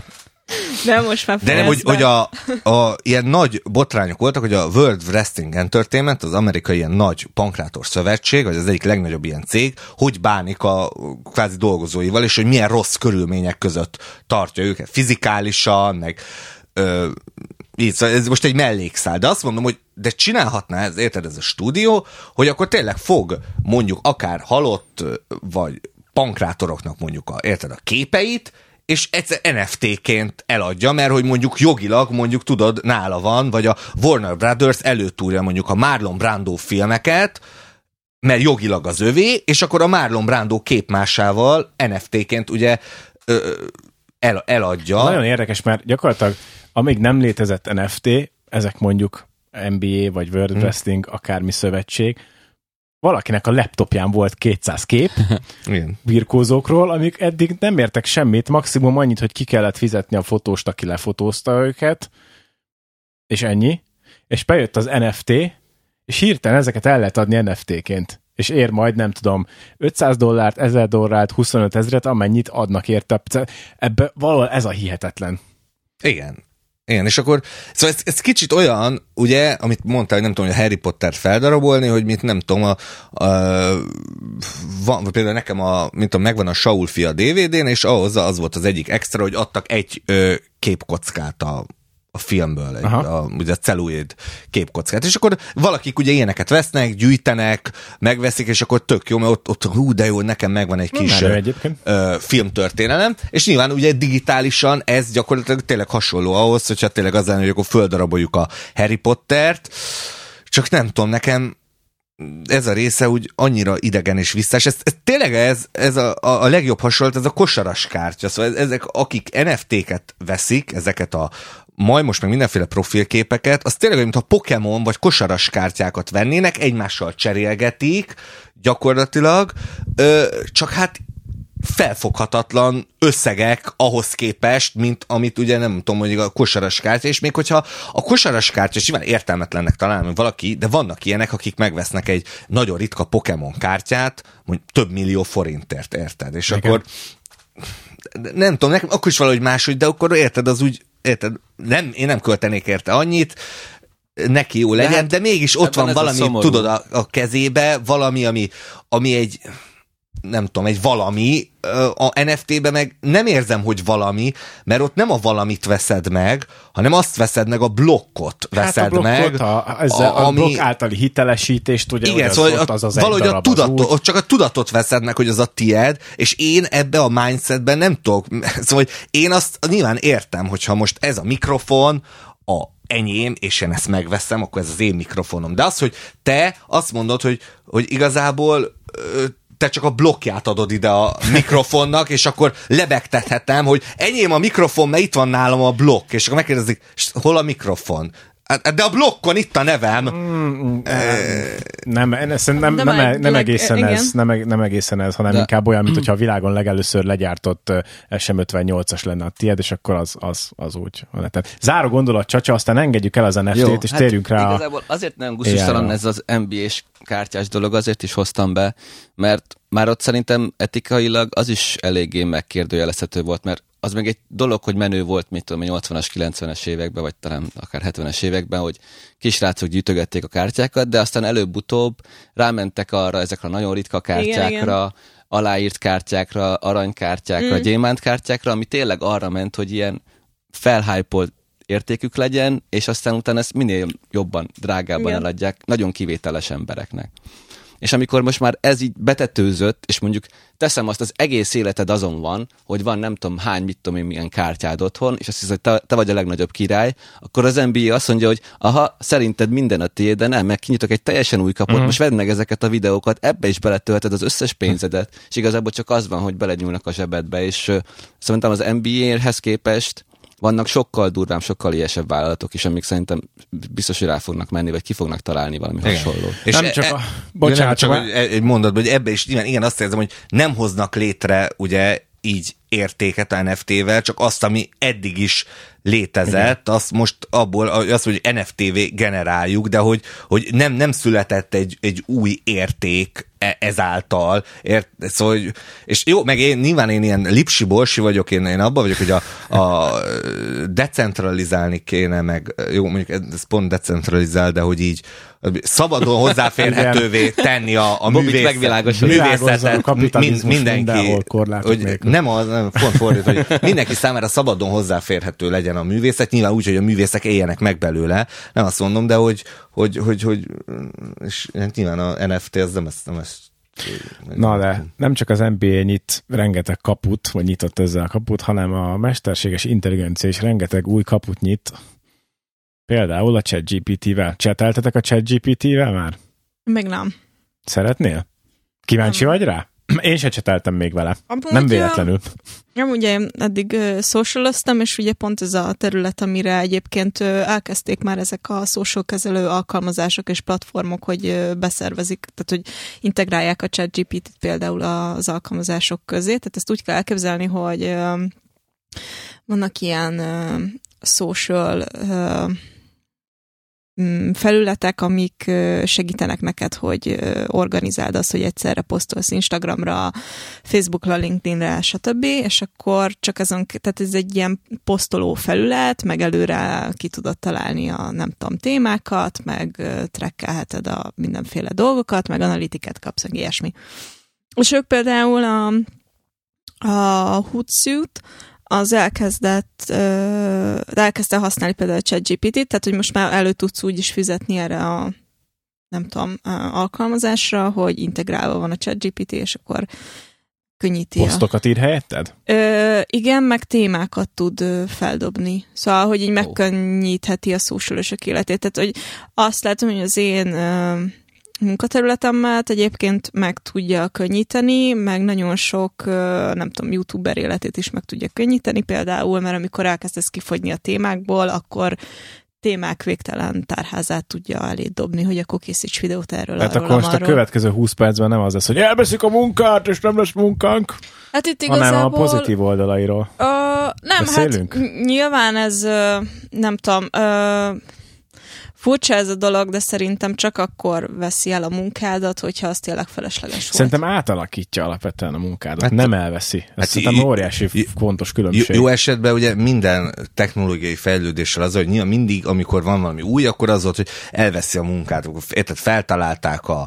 De most már de nem, hogy ilyen nagy botrányok voltak, hogy a World Wrestling Entertainment, az amerikai ilyen nagy pankrátor szövetség, vagy az egyik legnagyobb ilyen cég, hogy bánik a kvázi dolgozóival, és hogy milyen rossz körülmények között tartja őket fizikálisan, meg így, szóval ez most egy mellékszál. De azt mondom, hogy de csinálhatná ez, érted, ez a stúdió, hogy akkor tényleg fog mondjuk akár halott, vagy pankrátoroknak mondjuk érted, a képeit, és egyszer NFT-ként eladja, mert hogy mondjuk jogilag, mondjuk tudod, nála van, vagy a Warner Brothers előtúrja mondjuk a Marlon Brando filmeket, mert jogilag az övé, és akkor a Marlon Brando képmásával NFT-ként ugye eladja. Nagyon érdekes, mert gyakorlatilag amíg nem létezett NFT, ezek mondjuk NBA vagy World Wrestling, akármi szövetség, valakinek a laptopján volt 200 kép birkózókról, amik eddig nem értek semmit, maximum annyit, hogy ki kellett fizetni a fotóst, aki lefotózta őket, és ennyi. És bejött az NFT, és hirtelen ezeket el lehet adni NFT-ként. És ér majd, nem tudom, $500, $1000, 25 000, amennyit adnak érte. Ebben valahol ez a hihetetlen. Igen. Igen, és akkor, szóval ez kicsit olyan, ugye, amit mondtál, hogy nem tudom, hogy a Harry Potter feldarabolni, hogy mit nem tudom, van, például nekem megvan a Saul fia DVD-n, és ahhoz az volt az egyik extra, hogy adtak egy képkockát a filmből, ugye a celluloid képkockát, és akkor valakik ugye ilyeneket vesznek, gyűjtenek, megveszik, és akkor tök jó, mert ott de jó, nekem megvan egy kis filmtörténelem, és nyilván ugye digitálisan ez gyakorlatilag tényleg hasonló ahhoz, hogyha tényleg az lenne, hogy akkor földaraboljuk a Harry Pottert, csak nem tudom, nekem ez a része úgy annyira idegen és visszás. Ez tényleg ez a legjobb hasonlat, ez a kosaras kártya. Szóval ezek, akik NFT-ket veszik, ezeket most meg mindenféle profilképeket, az tényleg, mint a Pokémon vagy kosaras kártyákat vennének, egymással cserélgetik gyakorlatilag, csak hát felfoghatatlan összegek ahhoz képest, mint amit ugye nem tudom, hogy a kosaras kártya, és még hogyha a kosaras kártya simán értelmetlennek találni valaki, de vannak ilyenek, akik megvesznek egy nagyon ritka Pokémon kártyát, mondjuk több millió forintért, érted? És nekem. Akkor nem tudom, nekem akkor is valahogy máshogy, de akkor érted, az úgy, érted, én nem költenék érte annyit, neki jó legyen, de mégis ott van valami, tudod, a kezébe, valami, ami egy nem tudom, egy valami, a NFT-ben meg nem érzem, hogy valami, mert ott nem a valamit veszed meg, hanem azt veszed meg, a blokkot veszed meg. A blokk általi hitelesítést, ugye, igen, szóval az valahogy ott csak a tudatot veszed meg, hogy az a tied, és én ebbe a mindsetben nem tudok, szóval én azt nyilván értem, hogyha most ez a mikrofon, enyém, és én ezt megveszem, akkor ez az én mikrofonom. De az, hogy te azt mondod, hogy igazából te csak a blokkját adod ide a mikrofonnak, és akkor lebegtethetem, hogy enyém a mikrofon, mert itt van nálam a blokk, és akkor megkérdezik, hol a mikrofon? De a blokkon itt a nevem. Nem egészen ez, hanem inkább olyan, mint hogyha a világon legelőször legyártott SM58-as lenne a tiéd, és akkor az úgy. Záró gondolat, Csacsa, aztán engedjük el az NFT-t, és térjünk rá. Igazából azért nem gusztustalan ez az NBA-s kártyás dolog, azért is hoztam be, mert már ott szerintem etikailag az is eléggé megkérdőjelezhető volt, mert az meg egy dolog, hogy menő volt, mit tudom, 80-as, 90-es években, vagy talán akár 70-es években, hogy kisrácok gyűjtögették a kártyákat, de aztán előbb-utóbb rámentek arra ezekre a nagyon ritka kártyákra, aláírt kártyákra, aranykártyákra, gyémántkártyákra, ami tényleg arra ment, hogy ilyen felhypolt értékük legyen, és aztán utána ezt minél jobban, drágábban eladják nagyon kivételes embereknek. És amikor most már ez így betetőzött, és mondjuk teszem azt, az egész életed azon van, hogy van nem tudom hány, mit tudom én, milyen kártyád otthon, és azt hiszed, hogy te vagy a legnagyobb király, akkor az NBA azt mondja, hogy aha, szerinted minden a tiéd, de nem, meg kinyitok egy teljesen új kapot, most vedd meg ezeket a videókat, ebbe is beletölted az összes pénzedet, és igazából csak az van, hogy belegyúlnak a zsebedbe, és szerintem az NBA-hez képest vannak sokkal durvább, sokkal ilyesebb vállalatok is, amik szerintem biztos, hogy rá fognak menni, vagy ki fognak találni valami hasonlót. És nem csak bocsánat, csak egy mondatban, hogy ebbe is igen, azt érzem, hogy nem hoznak létre ugye így értéket a NFT-vel, csak azt, ami eddig is létezett, azt most abból, azt, hogy NFT-vé generáljuk, de hogy nem született egy új érték ezáltal. Szóval, és jó, meg nyilván én ilyen lipsi-borsi vagyok, én abban vagyok, hogy a decentralizálni kéne, meg jó, mondjuk ez pont decentralizál, de hogy így szabadon hozzáférhetővé tenni a művészetet, mindenki, hogy nem pont fordít, hogy mindenki számára szabadon hozzáférhető legyen a művészet, nyilván úgy, hogy a művészek éljenek meg belőle, nem azt mondom, de hogy és nyilván a NFT ez nem ezt. Na de nem csak az NBA nyit rengeteg kaput, vagy nyitott ezzel a kaput, hanem a mesterséges intelligencia is rengeteg új kaput nyit. Például a ChatGPT-vel. Cseteltetek a ChatGPT-vel már? Még nem. Szeretnél? Kíváncsi vagy rá? Én se cseteltem még vele. Nem véletlenül. Ugye eddig socialoztam, és ugye pont ez a terület, amire egyébként elkezdték már ezek a social kezelő alkalmazások és platformok, hogy beszervezik, tehát hogy integrálják a ChatGPT-t például az alkalmazások közé. Tehát ezt úgy kell elképzelni, hogy vannak ilyen social felületek, amik segítenek neked, hogy organizáld azt, hogy egyszerre posztolsz Instagramra, Facebookra, LinkedInre, stb. És akkor csak azon, tehát ez egy ilyen posztoló felület, meg előre ki tudod találni a nem tudom témákat, meg trackelheted a mindenféle dolgokat, meg analitikát kapsz, meg ilyesmi. És ők például a Hootsuite az elkezdte használni például a ChatGPT-t, tehát hogy most már elő tudsz úgy is fizetni erre a nem tudom, alkalmazásra, hogy integrálva van a ChatGPT, és akkor könnyíti. Posztokat ír helyetted? Igen, meg témákat tud feldobni. Szóval, hogy így megkönnyítheti a socialosok életét. Tehát, hogy azt látom, hogy az én munkaterületemmel egyébként meg tudja könnyíteni, meg nagyon sok, nem tudom, youtuber életét is meg tudja könnyíteni például, mert amikor elkezdesz kifogyni a témákból, akkor témák végtelen tárházát tudja eléd dobni, hogy akkor készíts videót erről. Hát akkor most arról. A következő 20 percben nem az lesz, hogy elveszik a munkát, és nem lesz munkánk, hát itt igazából, hanem a pozitív oldalairól. Nem, beszélünk? Hát nyilván ez, nem tudom, furcsa ez a dolog, de szerintem csak akkor veszi el a munkádat, hogyha az tényleg felesleges volt. Szerintem átalakítja alapvetően a munkádat, hát, nem elveszi. Ez szerintem óriási fontos különbség. Jó esetben ugye minden technológiai fejlődéssel az, hogy mindig, amikor van valami új, akkor az volt, hogy elveszi a munkát. Érted, feltalálták a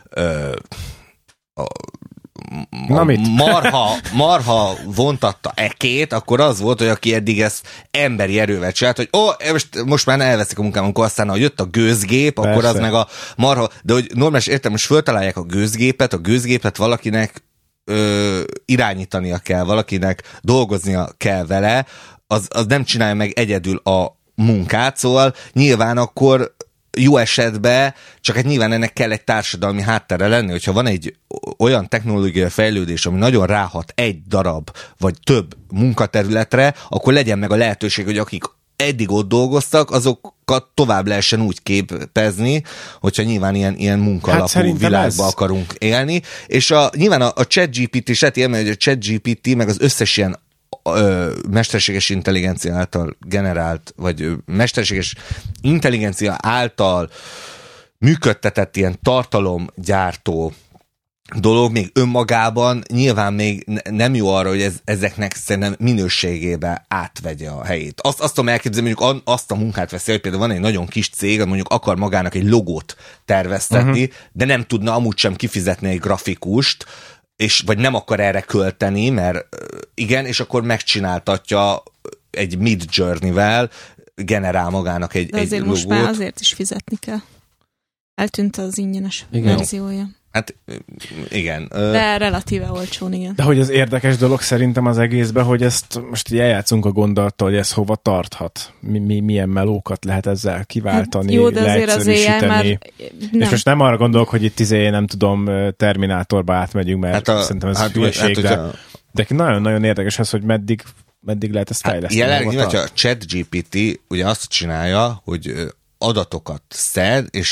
marha vontatta ekét, akkor az volt, hogy aki eddig ezt emberi erővel csinált, hogy most már elveszik a munkám, amikor aztán, ha jött a gőzgép, persze, akkor az meg a marha, de hogy normális értem, most föltalálják a gőzgépet valakinek irányítania kell, valakinek dolgoznia kell vele, az nem csinálja meg egyedül a munkát, szóval nyilván akkor jó esetben, csak hát nyilván ennek kell egy társadalmi háttere lenni, hogyha van egy olyan technológiai fejlődés, ami nagyon ráhat egy darab, vagy több munkaterületre, akkor legyen meg a lehetőség, hogy akik eddig ott dolgoztak, azokat tovább lehessen úgy képezni, hogyha nyilván ilyen munkalapú világba akarunk élni. És nyilván a ChatGPT is lehet élni, hogy a ChatGPT meg az összes ilyen mesterséges intelligencia által generált, vagy mesterséges intelligencia által működtetett ilyen tartalomgyártó dolog még önmagában nyilván még nem jó arra, hogy ezeknek szerintem minőségébe átvegye a helyét. Azt tudom elképzelni, mondjuk azt a munkát veszi, hogy például van egy nagyon kis cég, mondjuk akar magának egy logót terveztetni, de nem tudna amúgy sem kifizetni egy grafikust, vagy nem akar erre költeni, mert igen, és akkor megcsináltatja egy Midjourney-vel, generál magának egy logót. Azért most már azért is fizetni kell. Eltűnt az ingyenes verziója. Hát igen. De relatíve olcsón, igen. De hogy az érdekes dolog szerintem az egészben, hogy ezt most így eljátszunk a gondolattal, hogy ez hova tarthat. Milyen melókat lehet ezzel kiváltani, hát jó, de leegyszerűsíteni. És most nem arra gondolok, hogy itt nem tudom, Terminátorba átmegyünk, mert szerintem ez hülyeség, de nagyon-nagyon érdekes az, hogy meddig lehet ezt fejleszteni. Jelenleg, hogyha a ChatGPT ugye azt csinálja, hogy adatokat szed, és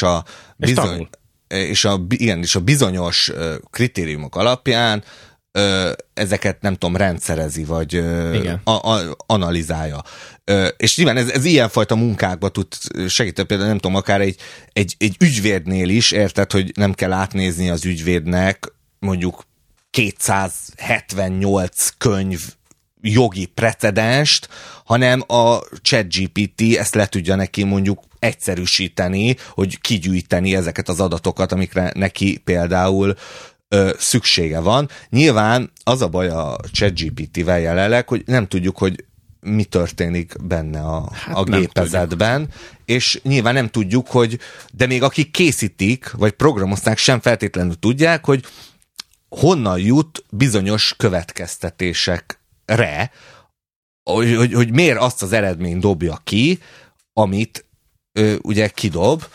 a bizonyos kritériumok alapján ezeket nem tudom, rendszerezi, vagy analizálja. És nyilván ez ilyenfajta munkákba tud segíteni, például nem tudom, akár egy ügyvédnél is, érted, hogy nem kell átnézni az ügyvédnek mondjuk 278 könyv jogi precedenst, hanem a ChatGPT ezt le tudja neki mondjuk egyszerűsíteni, hogy kigyűjteni ezeket az adatokat, amikre neki például szüksége van. Nyilván az a baj a ChatGPT-vel jelenleg, hogy nem tudjuk, hogy mi történik benne a gépezetben, és nyilván nem tudjuk, de még akik készítik, vagy programozták, sem feltétlenül tudják, hogy honnan jut bizonyos következtetésekre, hogy miért azt az eredményt dobja ki, amit ugye kidob,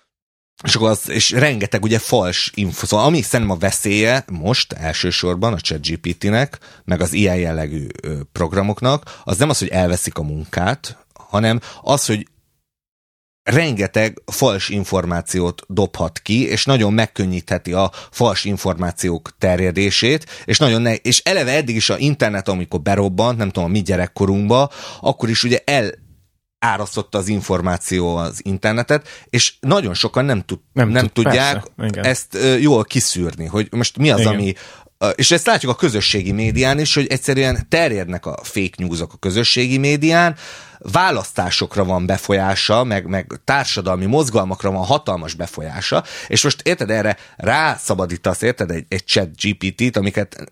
és rengeteg ugye fals info. Szóval ami szerintem a veszélye most elsősorban a ChatGPT-nek, meg az ilyen jellegű programoknak, az nem az, hogy elveszik a munkát, hanem az, hogy rengeteg fals információt dobhat ki, és nagyon megkönnyítheti a fals információk terjedését, és eleve eddig is a internet, amikor berobbant, nem tudom, a mi gyerekkorunkba, akkor is ugye elárasztotta az információ az internetet, és nagyon sokan nem tudják ezt jól kiszűrni, hogy most mi az, igen, ami... És ezt látjuk a közösségi médián is, hogy egyszerűen terjednek a fake newsok a közösségi médián, választásokra van befolyása, meg társadalmi mozgalmakra van hatalmas befolyása, és most érted, erre rászabadítasz, érted, egy ChatGPT-t, amiket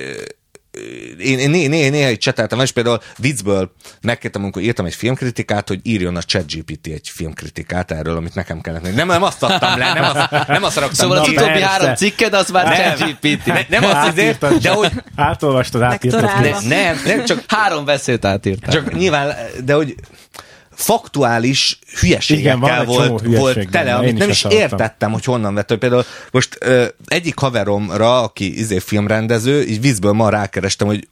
én néha így cseteltem, és például viccből megkértem, amikor írtam egy filmkritikát, hogy írjon a ChatGPT egy filmkritikát erről, amit nekem kellett. Nem azt adtam le, nem azt raktam. Szóval az utóbbi 3 cikked, az már ChatGPT. Nem azt azért, de hogy... Átolvastad, átírtad. Nem, csak 3 beszélt átírtál. Csak nyilván, de hogy faktuális hülyeségekkel volt tele, amit nem is értettem, hogy honnan vett. Például most egyik haveromra, aki filmrendező, így vízből ma rákerestem, hogy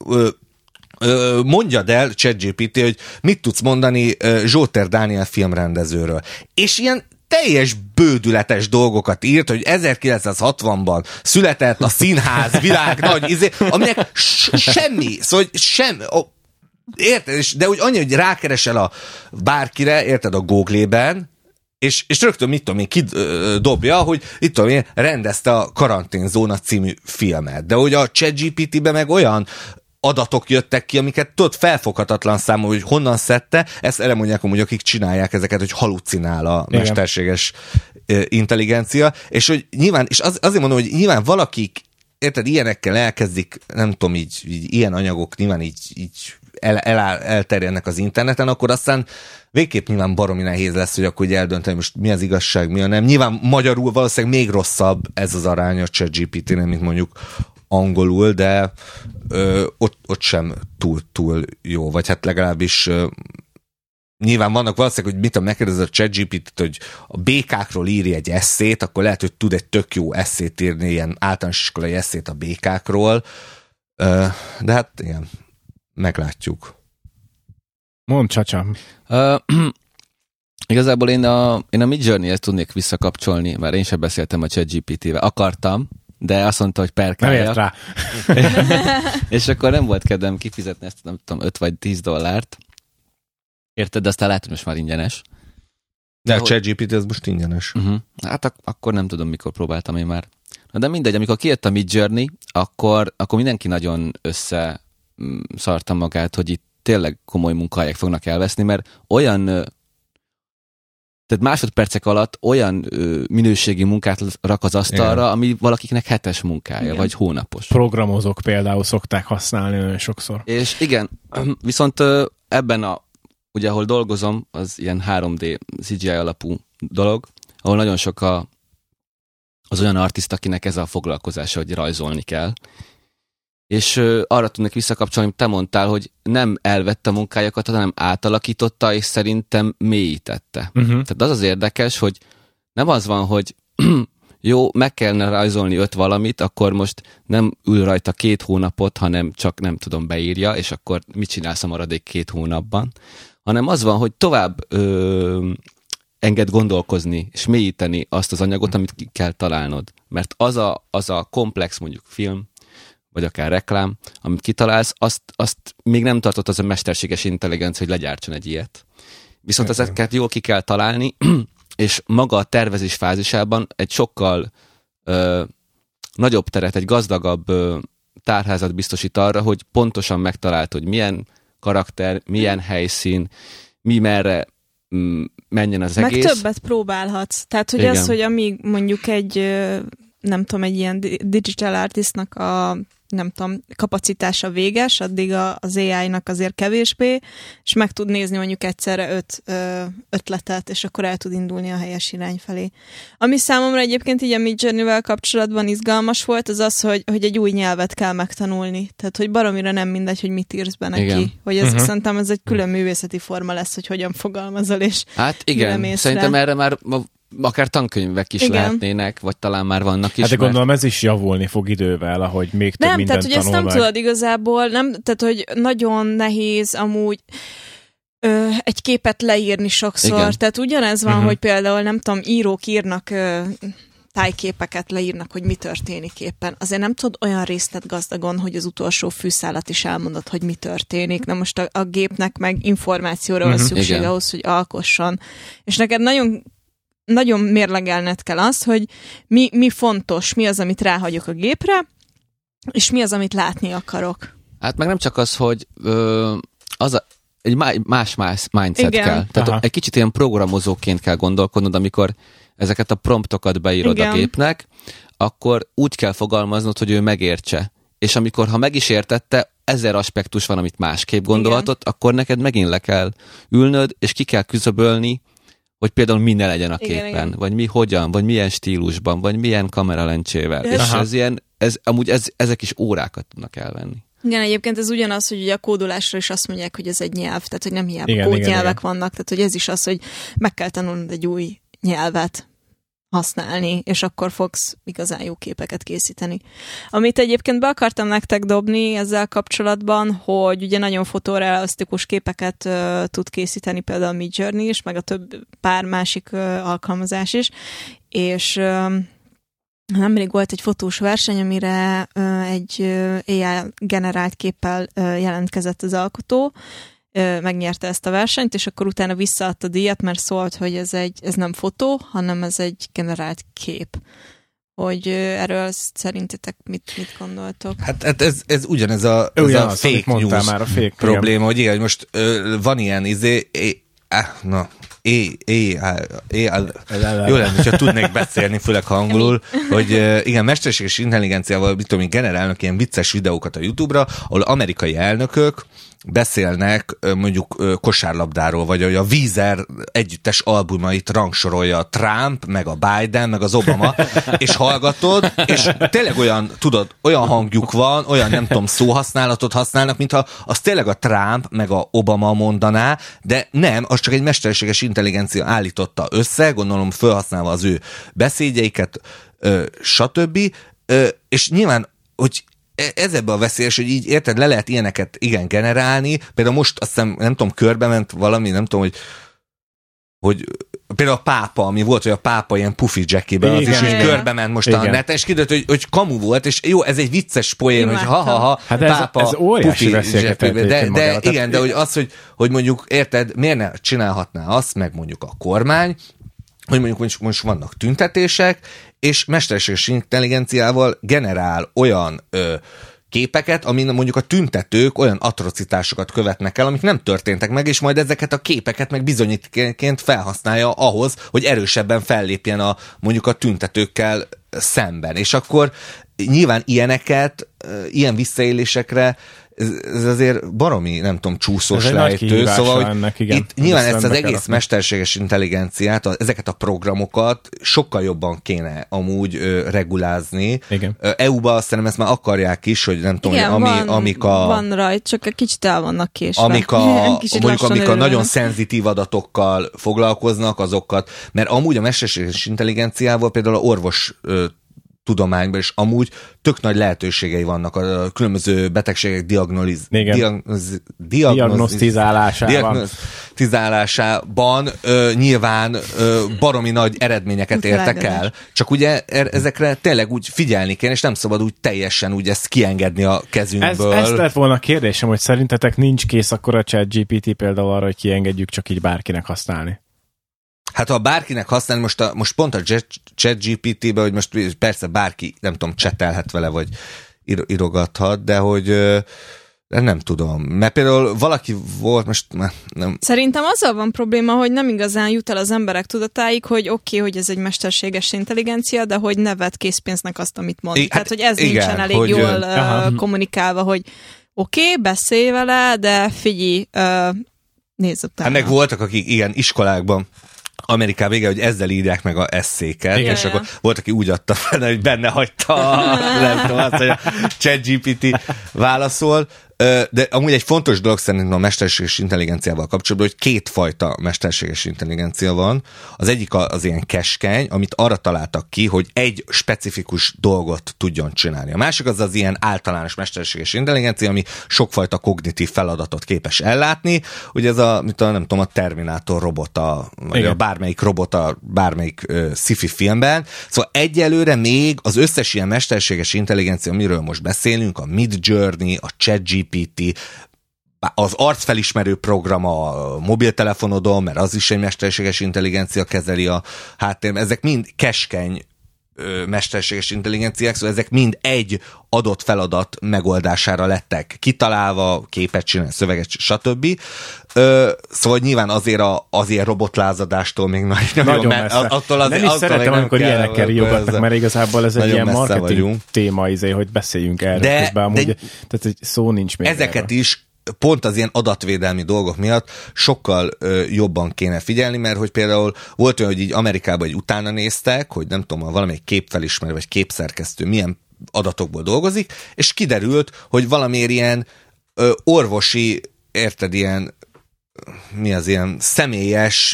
mondjad el, ChatGPT, hogy mit tudsz mondani Zsóter Dániel filmrendezőről. És ilyen teljes bődületes dolgokat írt, hogy 1960-ban született a színház világ nagy aminek semmi, szóval semmi, érted? De úgy annyi, hogy rákeresel a bárkire, érted, a Google-ben, és rögtön, mit tudom én, kidobja, hogy itt tudom én, rendezte a Karanténzóna című filmet. De hogy a ChatGPT-ben meg olyan adatok jöttek ki, amiket tudod, felfoghatatlan számú, hogy honnan szedte, ezt erre mondják, hogy akik csinálják ezeket, hogy halucinál a mesterséges intelligencia, és hogy nyilván, és azért mondom, hogy nyilván valakik, érted, ilyenekkel elkezdik, nem tudom, így ilyen anyagok nyilván így elterjednek az interneten, akkor aztán végképp nyilván baromi nehéz lesz, hogy akkor eldönteni, most mi az igazság, mi a nem. Nyilván magyarul valószínűleg még rosszabb ez az arány a ChatGPT-nél, mint mondjuk angolul, de ott sem túl jó, vagy hát legalábbis nyilván vannak valószínűleg, hogy mit tudom, megkérdezed a ChatGPT-t, hogy a békákról írj egy esszét, akkor lehet, hogy tud egy tök jó esszét írni, ilyen általános iskolai esszét a békákról, de hát igen, meglátjuk. Mondd, Csacsa. Igazából én a Midjourney-hez tudnék visszakapcsolni, mert én sem beszéltem a ChatGPT-vel. Akartam, de azt mondta, hogy perkáljak. Nem ért rá. És akkor nem volt kedvem kifizetni ezt, nem tudom, $5 vagy $10. Érted? De aztán lehet, hogy most már ingyenes. De a ChatGPT ez most ingyenes. Hát akkor nem tudom, mikor próbáltam én már. Na de mindegy, amikor kijött a Midjourney, akkor mindenki nagyon összeszarta magát, hogy itt tényleg komoly munkahelyek fognak elveszni, mert olyan... Tehát másodpercek alatt olyan minőségi munkát rak az asztalra, ami valakiknek hetes munkája, vagy hónapos. Programozók például szokták használni nagyon sokszor. És igen, viszont ebben ugye ahol dolgozom, az ilyen 3D CGI alapú dolog, ahol nagyon sok az olyan artist, akinek ez a foglalkozása, hogy rajzolni kell. És arra tudnék visszakapcsolni, amit te mondtál, hogy nem elvette a munkájukat, hanem átalakította, és szerintem mélyítette. Tehát az érdekes, hogy nem az van, hogy jó, meg kellene rajzolni 5 valamit, akkor most nem ül rajta 2 hónapot, hanem csak nem tudom, beírja, és akkor mit csinálsz a maradék 2 hónapban, hanem az van, hogy tovább enged gondolkozni, és mélyíteni azt az anyagot, amit ki kell találnod. Mert az a komplex, mondjuk film, vagy akár reklám, amit kitalálsz, azt még nem tartott az a mesterséges intelligencia, hogy legyártson egy ilyet. Viszont ezeket jól ki kell találni, és maga a tervezés fázisában egy sokkal nagyobb teret, egy gazdagabb tárházat biztosít arra, hogy pontosan megtalált, hogy milyen karakter, milyen helyszín, mi merre menjen az egész. Meg többet próbálhatsz. Tehát, hogy az, hogy amíg mondjuk egy nem tudom, egy ilyen digital artistnak a nem tudom, kapacitása véges, addig az AI-nak azért kevésbé, és meg tud nézni mondjuk egyszerre 5 ötletet, és akkor el tud indulni a helyes irány felé. Ami számomra egyébként így a Midjourney-vel kapcsolatban izgalmas volt, az az, hogy egy új nyelvet kell megtanulni. Tehát, hogy baromira nem mindegy, hogy mit írsz be neki. Igen. Hogy ez szerintem ez egy külön művészeti forma lesz, hogy hogyan fogalmazol, és hát igen, szerintem erre már akár tankönyvek is lehetnének, vagy talán már vannak is. Hát de gondolom ez is javulni fog idővel, ahogy még több mindent tanul. Nem, tehát hogy ezt nem tudod igazából, tehát hogy nagyon nehéz amúgy egy képet leírni sokszor. Igen. Tehát ugyanez van, hogy például nem tudom, írók írnak tájképeket, leírnak, hogy mi történik éppen. Azért nem tudod olyan részletgazdagon, hogy az utolsó fűszálat is elmondod, hogy mi történik. Na most a gépnek meg információra van szükség ahhoz, hogy alkosson. És neked nagyon mérlegelned kell azt, hogy mi fontos, mi az, amit ráhagyok a gépre, és mi az, amit látni akarok. Hát meg nem csak az, hogy egy más mindset kell. Tehát egy kicsit ilyen programozóként kell gondolkodnod, amikor ezeket a promptokat beírod a gépnek, akkor úgy kell fogalmaznod, hogy ő megértse. És amikor, ha meg is értette, 1000 aspektus van, amit másképp gondolhatott, akkor neked megint le kell ülnöd, és ki kell küszöbölni, hogy például mi ne legyen a képen, vagy mi hogyan, vagy milyen stílusban, vagy milyen kameralencsével. És amúgy ezek is órákat tudnak elvenni. Igen, egyébként ez ugyanaz, hogy ugye a kódolásra is azt mondják, hogy ez egy nyelv, tehát hogy nem hiába kódnyelvek vannak, tehát hogy ez is az, hogy meg kell tanulnod egy új nyelvet használni, és akkor fogsz igazán jó képeket készíteni. Amit egyébként be akartam nektek dobni ezzel kapcsolatban, hogy ugye nagyon fotorealisztikus képeket tud készíteni például a Midjourney is, meg a pár másik alkalmazás is, és nemrég volt egy fotós verseny, amire egy AI generált képpel jelentkezett az alkotó, megnyerte ezt a versenyt, és akkor utána visszaadta a díjat, mert szólt, hogy ez nem fotó, hanem ez egy generált kép. Hogy erről szerintetek mit gondoltok? Hát ez ugyanez a fake news már, a fake probléma, hogy igen, most van ilyen jó lenne, hogyha tudnék beszélni, főleg angolul, hogy igen, mesterséges intelligenciával generálnak ilyen vicces videókat a YouTube-ra, ahol amerikai elnökök beszélnek mondjuk kosárlabdáról, vagy hogy a Weezer együttes albumait rangsorolja a Trump, meg a Biden, meg az Obama, és hallgatod, és tényleg olyan hangjuk van, olyan nem tudom, szóhasználatot használnak, mintha az tényleg a Trump, meg a Obama mondaná, de nem, az csak egy mesterséges intelligencia állította össze, gondolom felhasználva az ő beszédjeiket, stb. És nyilván, hogy ez ebben a veszélyes, hogy így érted, le lehet ilyeneket igen generálni. Például most azt hiszem, nem tudom, körbe ment valami, nem tudom, hogy például a pápa, ami volt, hogy a pápa ilyen puffy jackiben, az is körbe ment most a neten, és kiderült, hogy kamu volt, és jó, ez egy vicces poén, hogy ha-ha-ha, hát pápa ez puffy jackiben. De igen, de hogy az, hogy mondjuk, érted, miért ne csinálhatná azt, meg mondjuk a kormány, hogy mondjuk most vannak tüntetések, és mesterséges intelligenciával generál olyan képeket, amin mondjuk a tüntetők olyan atrocitásokat követnek el, amik nem történtek meg, és majd ezeket a képeket meg bizonyítként felhasználja ahhoz, hogy erősebben fellépjen mondjuk a tüntetőkkel szemben. És akkor nyilván ilyen visszaélésekre ez azért baromi, nem tudom, csúszós lejtő, szóval ennek, itt nyilván ezt az egész mesterséges intelligenciát, ezeket a programokat sokkal jobban kéne amúgy regulázni. EU-ba szerintem ezt már akarják is, hogy nem tudom, igen, van rajt, csak egy kicsit el vannak késve. Amik a nagyon szenzitív adatokkal foglalkoznak, azokat, mert amúgy a mesterséges intelligenciával például a orvos tudományban, és amúgy tök nagy lehetőségei vannak a különböző betegségek diagnosztizálásában nyilván baromi nagy eredményeket értek el. Csak ugye ezekre tényleg úgy figyelni kéne, és nem szabad úgy teljesen úgy ezt kiengedni a kezünkből. Ez lett volna a kérdésem, hogy szerintetek nincs kész akkor a ChatGPT például arra, hogy kiengedjük csak így bárkinek használni? Hát ha bárkinek használni, most pont a ChatGPT-be, hogy most persze bárki, nem tudom, csetelhet vele, vagy írogathat, de hogy nem tudom. Mert például valaki volt, most nem. Szerintem azzal van probléma, hogy nem igazán jut el az emberek tudatáig, hogy oké, hogy ez egy mesterséges intelligencia, de hogy ne vedd készpénznek azt, amit mond. Tehát, hogy ez igen, nincsen elég hogy jól kommunikálva, hogy oké, beszélj vele, de figyelj, nézz utána. Hát meg voltak, akik igen, iskolákban Amerikában vége, hogy ezzel írják meg a eszéket, igen, és akkor volt, aki úgy adta fel, hogy benne hagyta nem tudom, azt, hogy a ChatGPT válaszol. De amúgy egy fontos dolog szerintem a mesterséges intelligenciával kapcsolatban, hogy két fajta mesterséges intelligencia van. Az egyik az ilyen keskeny, amit arra találtak ki, hogy egy specifikus dolgot tudjon csinálni. A másik az ilyen általános mesterséges intelligencia, ami sokfajta kognitív feladatot képes ellátni. Ugye ez nem tudom, a Terminátor robota, vagy a bármelyik robota, bármelyik sci-fi filmben. Szóval egyelőre még az összes ilyen mesterséges intelligencia, amiről most beszélünk, a Midjourney, a ChatGPT, az arcfelismerő program a mobiltelefonodon, mert az is egy mesterséges intelligencia kezeli a háttérben. Ezek mind keskeny mesterséges intelligenciák, szóval ezek mind egy adott feladat megoldására lettek kitalálva, képet csinálni, szöveget, stb. Szóval nyilván az ilyen robotlázadástól még nagyon messze. Attól nem is szeretem, amikor ilyenekkel riogatnak, mert igazából ez egy ilyen marketing téma, hogy beszéljünk erről közben, amúgy, tehát egy szó nincs még ezeket erről. Is pont az ilyen adatvédelmi dolgok miatt sokkal jobban kéne figyelni, mert hogy például volt olyan, hogy így Amerikában egy utána néztek, hogy nem tudom, valamelyik képfelismerő vagy képszerkesztő milyen adatokból dolgozik, és kiderült, hogy valamiért ilyen orvosi, érted, ilyen mi az ilyen személyes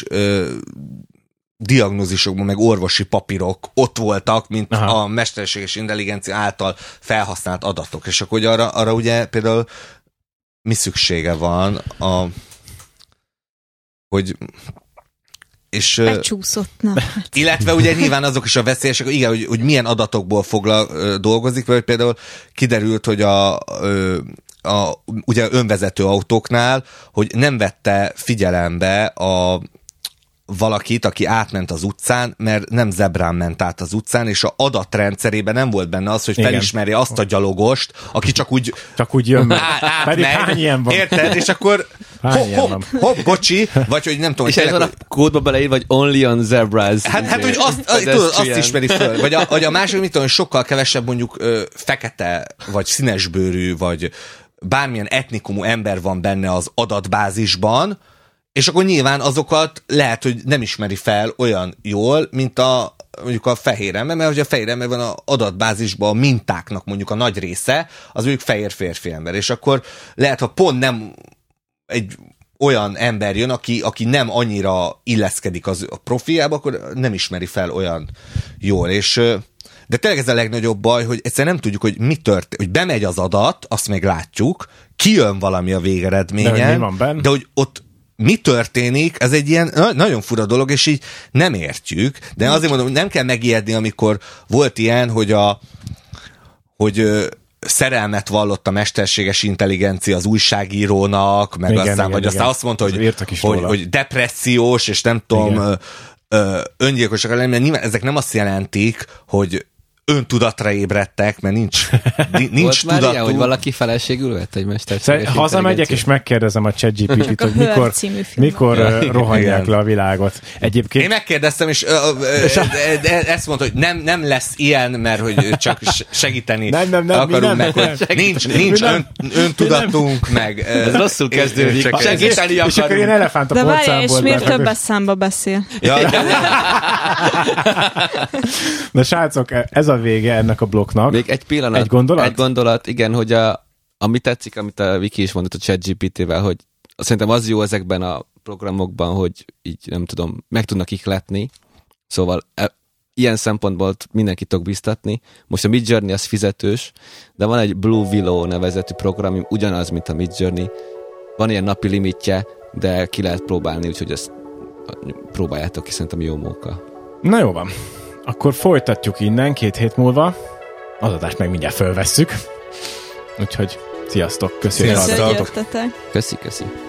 diagnózisokban, meg orvosi papírok ott voltak, mint a mesterséges intelligencia által felhasznált adatok. És akkor arra ugye például mi szüksége van, hogy és becsúszott, illetve ugye nyilván azok is a veszélyesek, igen, hogy milyen adatokból dolgozik, vagy például kiderült, hogy ugye önvezető autóknál, hogy nem vette figyelembe valakit, aki átment az utcán, mert nem zebrán ment át az utcán, és a adatrendszerében nem volt benne az, hogy felismerje azt a gyalogost, aki csak úgy jön meg. Pedig hány ilyen van? Érted? És akkor hopp, bocsi, vagy hogy nem tudom. És ez van a kódba beleír, vagy only on zebras. Hát hogy azt ismeri föl. Vagy a másik, mit tudom, sokkal kevesebb mondjuk fekete, vagy színesbőrű, vagy bármilyen etnikumú ember van benne az adatbázisban, és akkor nyilván azokat lehet, hogy nem ismeri fel olyan jól, mint mondjuk a fehér ember, mert hogy a fehér ember van az adatbázisban a mintáknak mondjuk a nagy része, az mondjuk fehér férfi ember. És akkor lehet, ha pont nem egy olyan ember jön, aki nem annyira illeszkedik a profiába, akkor nem ismeri fel olyan jól. És de tényleg ez a legnagyobb baj, hogy egyszerűen nem tudjuk, hogy mi történik, hogy bemegy az adat, azt még látjuk, kijön valami a végeredményen, de hogy ott mi történik, ez egy ilyen nagyon fura dolog, és így nem értjük, de azért mondom, hogy nem kell megijedni, amikor volt ilyen, hogy szerelmet vallott a mesterséges intelligencia az újságírónak, meg igen, aztán, vagy aztán azt mondta, hogy depressziós, és nem tudom, öngyilkosak lenni, mert ezek nem azt jelentik, hogy öntudatra ébredtek, mert nincs tudatuk. Már hogy valaki feleségül vett egy mesterséges hazamegyek és megkérdezem a ChatGPT-t, hogy mikor rohanják le a világot. Egyébként... Én megkérdeztem, és ezt mondta, hogy nem lesz ilyen, mert hogy csak segíteni akarunk meg, hogy nincs öntudatunk, meg... Ez rosszul kezdődik. Segíteni akarunk. És akkor ilyen elefánt a porcámból. De várjál, és miért többes számba beszél? Na srácok, ez a vége ennek a blokknak. Még egy pillanat. Egy gondolat? Egy gondolat, igen, hogy ami tetszik, amit a Viki is mondott a ChatGPT-vel, hogy szerintem az jó ezekben a programokban, hogy így nem tudom, meg tudnak ihletni. Szóval ilyen szempontból mindenkit tudok biztatni. Most a Midjourney az fizetős, de van egy Blue Willow nevezetű program, ami ugyanaz, mint a Midjourney. Van ilyen napi limitje, de ki lehet próbálni, úgyhogy ezt próbáljátok ki, szerintem jó móka. Na jó van. Akkor folytatjuk innen 2 hét múlva. Az adást meg mindjárt fölvesszük. Úgyhogy sziasztok, köszönjük. Sziasztok. Köszi.